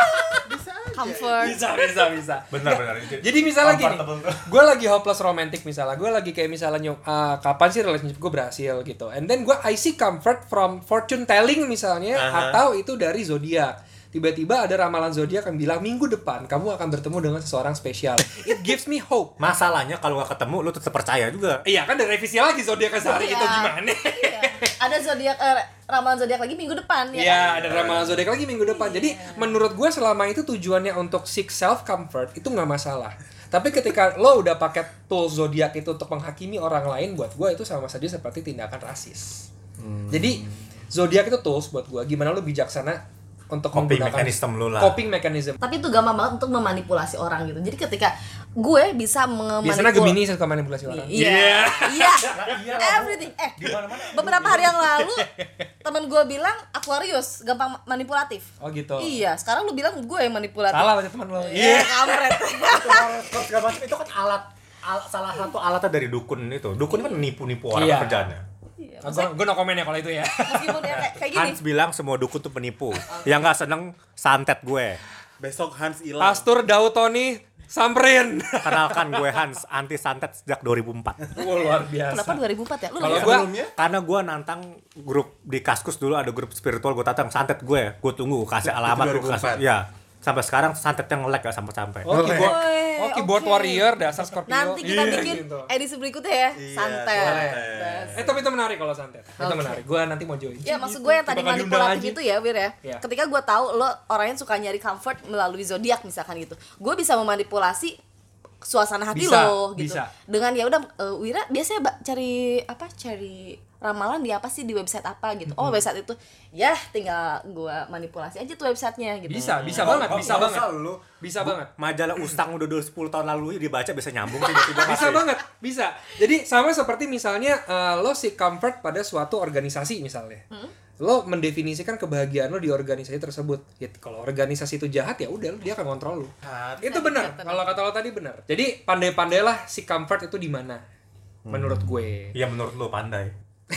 [SPEAKER 2] Comfort.
[SPEAKER 1] bisa bisa bisa
[SPEAKER 4] benar-benar.
[SPEAKER 1] jadi misalnya gini,
[SPEAKER 4] Comfortable tuh.
[SPEAKER 1] gue lagi hopeless romantic misalnya, gue lagi kayak misalnya nyok, ah, kapan sih relationship gue berhasil gitu, and then gue I see comfort from fortune telling misalnya,
[SPEAKER 3] Aha.
[SPEAKER 1] atau itu dari zodiak. Tiba-tiba ada ramalan zodiak yang bilang minggu depan kamu akan bertemu dengan seseorang spesial. It gives me hope.
[SPEAKER 4] Masalahnya kalau gak ketemu, lu tetap percaya juga.
[SPEAKER 1] Iya kan, ada revisi lagi zodiak sehari
[SPEAKER 2] Iya.
[SPEAKER 1] itu gimana?
[SPEAKER 2] Iya. Ada zodiak eh, ramalan zodiak lagi minggu depan ya.
[SPEAKER 1] Iya,
[SPEAKER 2] kan?
[SPEAKER 1] ada ramalan zodiak lagi minggu depan. Jadi menurut gue selama itu tujuannya untuk seek self comfort itu nggak masalah. Tapi ketika lo udah pakai tools zodiak itu untuk menghakimi orang lain, buat gue itu sama saja seperti tindakan rasis. Jadi zodiak itu tools buat gue. Gimana lo bijaksana untuk
[SPEAKER 4] Coping
[SPEAKER 1] menggunakan
[SPEAKER 4] mechanism lu lah.
[SPEAKER 1] coping mechanism.
[SPEAKER 2] Tapi itu gampang banget untuk memanipulasi orang gitu. Jadi ketika gue bisa
[SPEAKER 1] Biasanya
[SPEAKER 2] memanipulasi
[SPEAKER 1] Gemini suka manipulasi orang.
[SPEAKER 2] Iya. Iya.
[SPEAKER 4] Iya lah, Bu.
[SPEAKER 2] Everything. Eh,
[SPEAKER 4] Di mana-mana.
[SPEAKER 2] beberapa hari yang lalu temen gue bilang Aquarius gampang manipulatif.
[SPEAKER 1] Oh gitu.
[SPEAKER 2] Iya, sekarang lu bilang gue yang manipulatif.
[SPEAKER 1] Salah berarti teman lo.
[SPEAKER 2] Iya, kampret.
[SPEAKER 4] Itu horoscope segala macam itu kan alat, al- salah satu alatnya dari dukun itu. Dukun kan nipu-nipu orang
[SPEAKER 1] Iya.
[SPEAKER 4] kerjaannya.
[SPEAKER 2] Iya,
[SPEAKER 1] Gue gue no komen ya kalau itu ya.
[SPEAKER 2] meskipun ya kayak, kayak gini.
[SPEAKER 4] Hans bilang semua dukun tuh penipu. Yang nggak seneng santet gue.
[SPEAKER 3] Besok Hans hilang.
[SPEAKER 1] Pastor Dautoni samperin.
[SPEAKER 4] Kenalkan gue Hans, anti santet sejak dua ribu empat.
[SPEAKER 1] Wah, luar biasa.
[SPEAKER 2] Kenapa dua ribu empat ya? Lu
[SPEAKER 1] Kalau
[SPEAKER 2] nggak-
[SPEAKER 1] gua-
[SPEAKER 3] Sebelumnya
[SPEAKER 4] Karena gue nantang grup di Kaskus dulu ada grup spiritual, gue tantang santet gue, gue tunggu kasih alamat
[SPEAKER 3] dua
[SPEAKER 4] gue
[SPEAKER 3] ribu empat.
[SPEAKER 4] kasih. Ya, sampai sekarang santetnya nge-lag gak sampai-sampai.
[SPEAKER 1] Oh, keyboard,
[SPEAKER 2] Woi,
[SPEAKER 1] oh, keyboard
[SPEAKER 2] oke.
[SPEAKER 1] warrior dasar Scorpio.
[SPEAKER 2] Nanti kita
[SPEAKER 1] Iya,
[SPEAKER 2] bikin
[SPEAKER 1] gitu.
[SPEAKER 2] edisi berikutnya ya,
[SPEAKER 3] Iya,
[SPEAKER 2] santet.
[SPEAKER 3] santet.
[SPEAKER 2] Das.
[SPEAKER 1] Eh tapi itu menarik kalau santet. Itu
[SPEAKER 2] Oke.
[SPEAKER 1] menarik. Gua nanti mau join.
[SPEAKER 2] Ya maksud gue yang tadi
[SPEAKER 1] Coba nggak diundang
[SPEAKER 2] manipulatif
[SPEAKER 1] aja.
[SPEAKER 2] itu ya Wir ya.
[SPEAKER 1] Iya.
[SPEAKER 2] Ketika gue tahu lo orangnya suka nyari comfort melalui zodiak misalkan gitu, gue bisa memanipulasi suasana hati
[SPEAKER 1] Bisa,
[SPEAKER 2] lo gitu.
[SPEAKER 1] bisa.
[SPEAKER 2] Dengan ya udah eh, Wira biasanya ba- cari apa? Cari ramalan di apa sih di website apa gitu. Oh, website itu. Ya, tinggal gue manipulasi aja tuh websitenya gitu.
[SPEAKER 1] Bisa, bisa
[SPEAKER 4] Oh,
[SPEAKER 1] banget,
[SPEAKER 4] oh,
[SPEAKER 1] bisa
[SPEAKER 4] nggak
[SPEAKER 1] banget.
[SPEAKER 4] usah lu.
[SPEAKER 1] Bisa banget.
[SPEAKER 4] Majalah Ustang udah dulu sepuluh tahun lalu dibaca bisa nyambung tiba-tiba.
[SPEAKER 1] Bisa
[SPEAKER 4] masih.
[SPEAKER 1] banget, bisa. Jadi sama seperti misalnya eh, lo seek comfort pada suatu organisasi misalnya. Lo mendefinisikan kebahagiaan lo di organisasi tersebut. Ya, kalau organisasi itu jahat ya udah dia akan kontrol lo. Itu benar. Kalau kata lo tadi benar. Jadi pandai-pandailah si comfort itu di mana. Menurut gue.
[SPEAKER 4] Iya menurut lu pandai.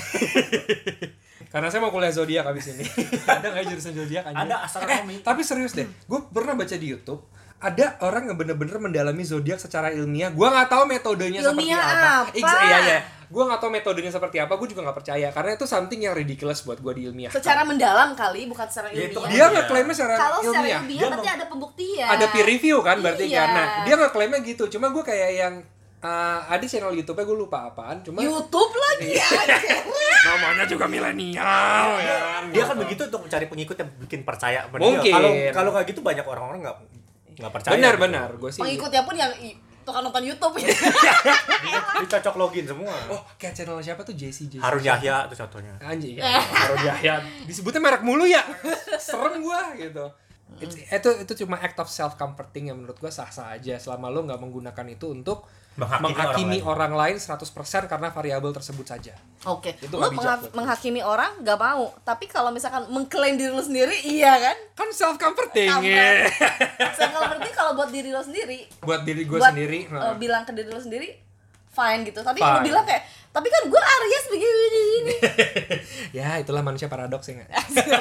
[SPEAKER 1] Karena saya mau kuliah zodiak abis ini. Ada nggak jurusan zodiak anjing?
[SPEAKER 4] Ada astronomi.
[SPEAKER 1] Eh, tapi serius deh, gue pernah baca di YouTube ada orang yang bener-bener mendalami zodiak secara ilmiah. Gue nggak tahu metodenya seperti
[SPEAKER 2] Ilmiah
[SPEAKER 1] apa.
[SPEAKER 2] apa?
[SPEAKER 1] Ex- iya iya. Gue nggak tahu metodenya seperti apa. Gue juga nggak percaya karena itu something yang ridiculous buat gue di ilmiah.
[SPEAKER 2] Secara mendalam kali, bukan secara
[SPEAKER 4] Ya, itu
[SPEAKER 2] ilmiah.
[SPEAKER 1] Dia ngeklaimnya secara
[SPEAKER 2] Kalau secara
[SPEAKER 1] ilmiah.
[SPEAKER 2] ilmiah
[SPEAKER 1] Dia
[SPEAKER 2] berarti
[SPEAKER 1] meng-
[SPEAKER 2] ada pembuktian.
[SPEAKER 1] ada peer review kan berarti
[SPEAKER 2] Iya.
[SPEAKER 1] kan. Nah, dia ngeklaimnya gitu. Cuma gue kayak yang uh, ada channel YouTube-nya gue lupa apaan. Cuma
[SPEAKER 2] YouTube lagi anjir.
[SPEAKER 1] namanya juga milenial ya kan.
[SPEAKER 4] Dia kan begitu untuk mencari pengikut yang bikin percaya sama dia.
[SPEAKER 1] Mungkin.
[SPEAKER 4] Kalau kalau nggak gitu banyak orang-orang nggak nggak percaya.
[SPEAKER 1] Benar
[SPEAKER 4] gitu.
[SPEAKER 1] benar, gue sih.
[SPEAKER 2] Pengikutnya pun yang i- tukang nonton YouTube ya.
[SPEAKER 4] Dicocok login semua.
[SPEAKER 1] Oh, kayak channel siapa tuh J C J C.
[SPEAKER 4] Harun Yahya itu contohnya.
[SPEAKER 1] Anjing ya. Harun Yahya. Disebutnya merek mulu ya. Serem gua gitu. It's- itu itu cuma act of self comforting yang menurut gua sah-sah aja selama lo nggak menggunakan itu untuk
[SPEAKER 4] Menghakimi
[SPEAKER 1] menghakimi
[SPEAKER 4] orang
[SPEAKER 1] orang lain seratus persen karena variabel tersebut saja.
[SPEAKER 2] Oke,
[SPEAKER 1] Itu
[SPEAKER 2] lu
[SPEAKER 1] nggak bijak
[SPEAKER 2] mengha-
[SPEAKER 1] buat gua.
[SPEAKER 2] menghakimi orang gak mau, tapi kalau misalkan mengklaim diri lu sendiri, iya kan?
[SPEAKER 1] Kan self comforting.
[SPEAKER 2] Kampret. Saya kalau berarti kalau buat diri lu sendiri,
[SPEAKER 1] Buat diri gua
[SPEAKER 2] buat
[SPEAKER 1] sendiri.
[SPEAKER 2] eh,
[SPEAKER 1] nah.
[SPEAKER 2] bilang ke diri lu sendiri, fine gitu. Tapi
[SPEAKER 1] Fine.
[SPEAKER 2] lu bilang kayak, tapi kan gue Aries begini begini.
[SPEAKER 1] Ya, itulah manusia paradoks ya nggak?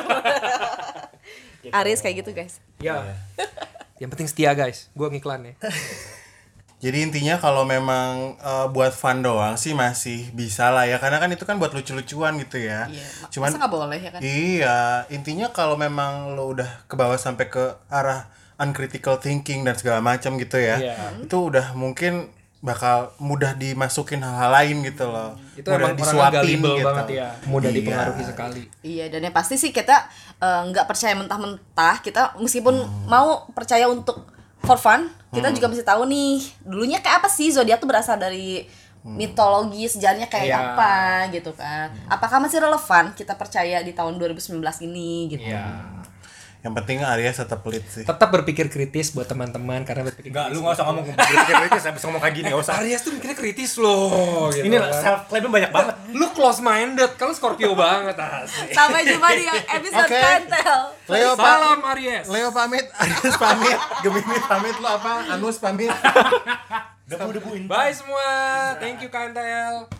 [SPEAKER 2] Aries kayak gitu guys.
[SPEAKER 1] Ya. Yang penting setia guys. Gua ngiklan ya.
[SPEAKER 3] Jadi intinya kalau memang eh, buat fun doang sih masih bisa lah ya, karena kan itu kan buat lucu-lucuan gitu ya.
[SPEAKER 2] Iya. ma-
[SPEAKER 3] Cuman
[SPEAKER 2] masa nggak boleh ya kan?
[SPEAKER 3] iya, intinya kalau memang lo udah ke bawah sampai ke arah uncritical thinking dan segala macam gitu ya,
[SPEAKER 1] Iya.
[SPEAKER 3] itu udah mungkin bakal mudah dimasukin hal-hal lain gitu loh.
[SPEAKER 1] Itu
[SPEAKER 3] mudah
[SPEAKER 1] emang orangnya
[SPEAKER 3] disuapin
[SPEAKER 1] gullible
[SPEAKER 3] gitu.
[SPEAKER 1] banget ya, mudah
[SPEAKER 3] Iya.
[SPEAKER 1] dipengaruhi sekali.
[SPEAKER 2] Iya, dan yang pasti sih kita eh, nggak percaya mentah-mentah. Kita meskipun
[SPEAKER 3] Hmm.
[SPEAKER 2] mau percaya untuk for fun, kita juga mesti tahu nih dulunya kayak apa sih zodiak tuh berasal dari mitologi, sejarahnya kayak
[SPEAKER 1] Iya.
[SPEAKER 2] apa gitu kan. Apakah masih relevan kita percaya di tahun dua ribu sembilan belas ini gitu.
[SPEAKER 1] Iya.
[SPEAKER 3] Yang penting Aries tetap pelit sih.
[SPEAKER 1] Tetap berpikir kritis buat teman-teman karena berpikir
[SPEAKER 4] Enggak,
[SPEAKER 1] kritis.
[SPEAKER 4] lu enggak usah ngomong kritis habis ngomong kayak gini, enggak usah.
[SPEAKER 1] Aries tuh mikirnya kritis loh. Gitu
[SPEAKER 4] Ini
[SPEAKER 1] kan.
[SPEAKER 4] self claimnya banyak banget.
[SPEAKER 1] Lu close minded, kalau Scorpio banget asik.
[SPEAKER 2] Sampai jumpa di episode
[SPEAKER 3] Oke.
[SPEAKER 2] Kantel.
[SPEAKER 3] Leo pa-
[SPEAKER 1] Salam Aries.
[SPEAKER 3] Leo pamit, Aries pamit, Gemini pamit, lo apa? Anus pamit.
[SPEAKER 4] Debu-debuin.
[SPEAKER 1] Bye semua. Thank you K N T L.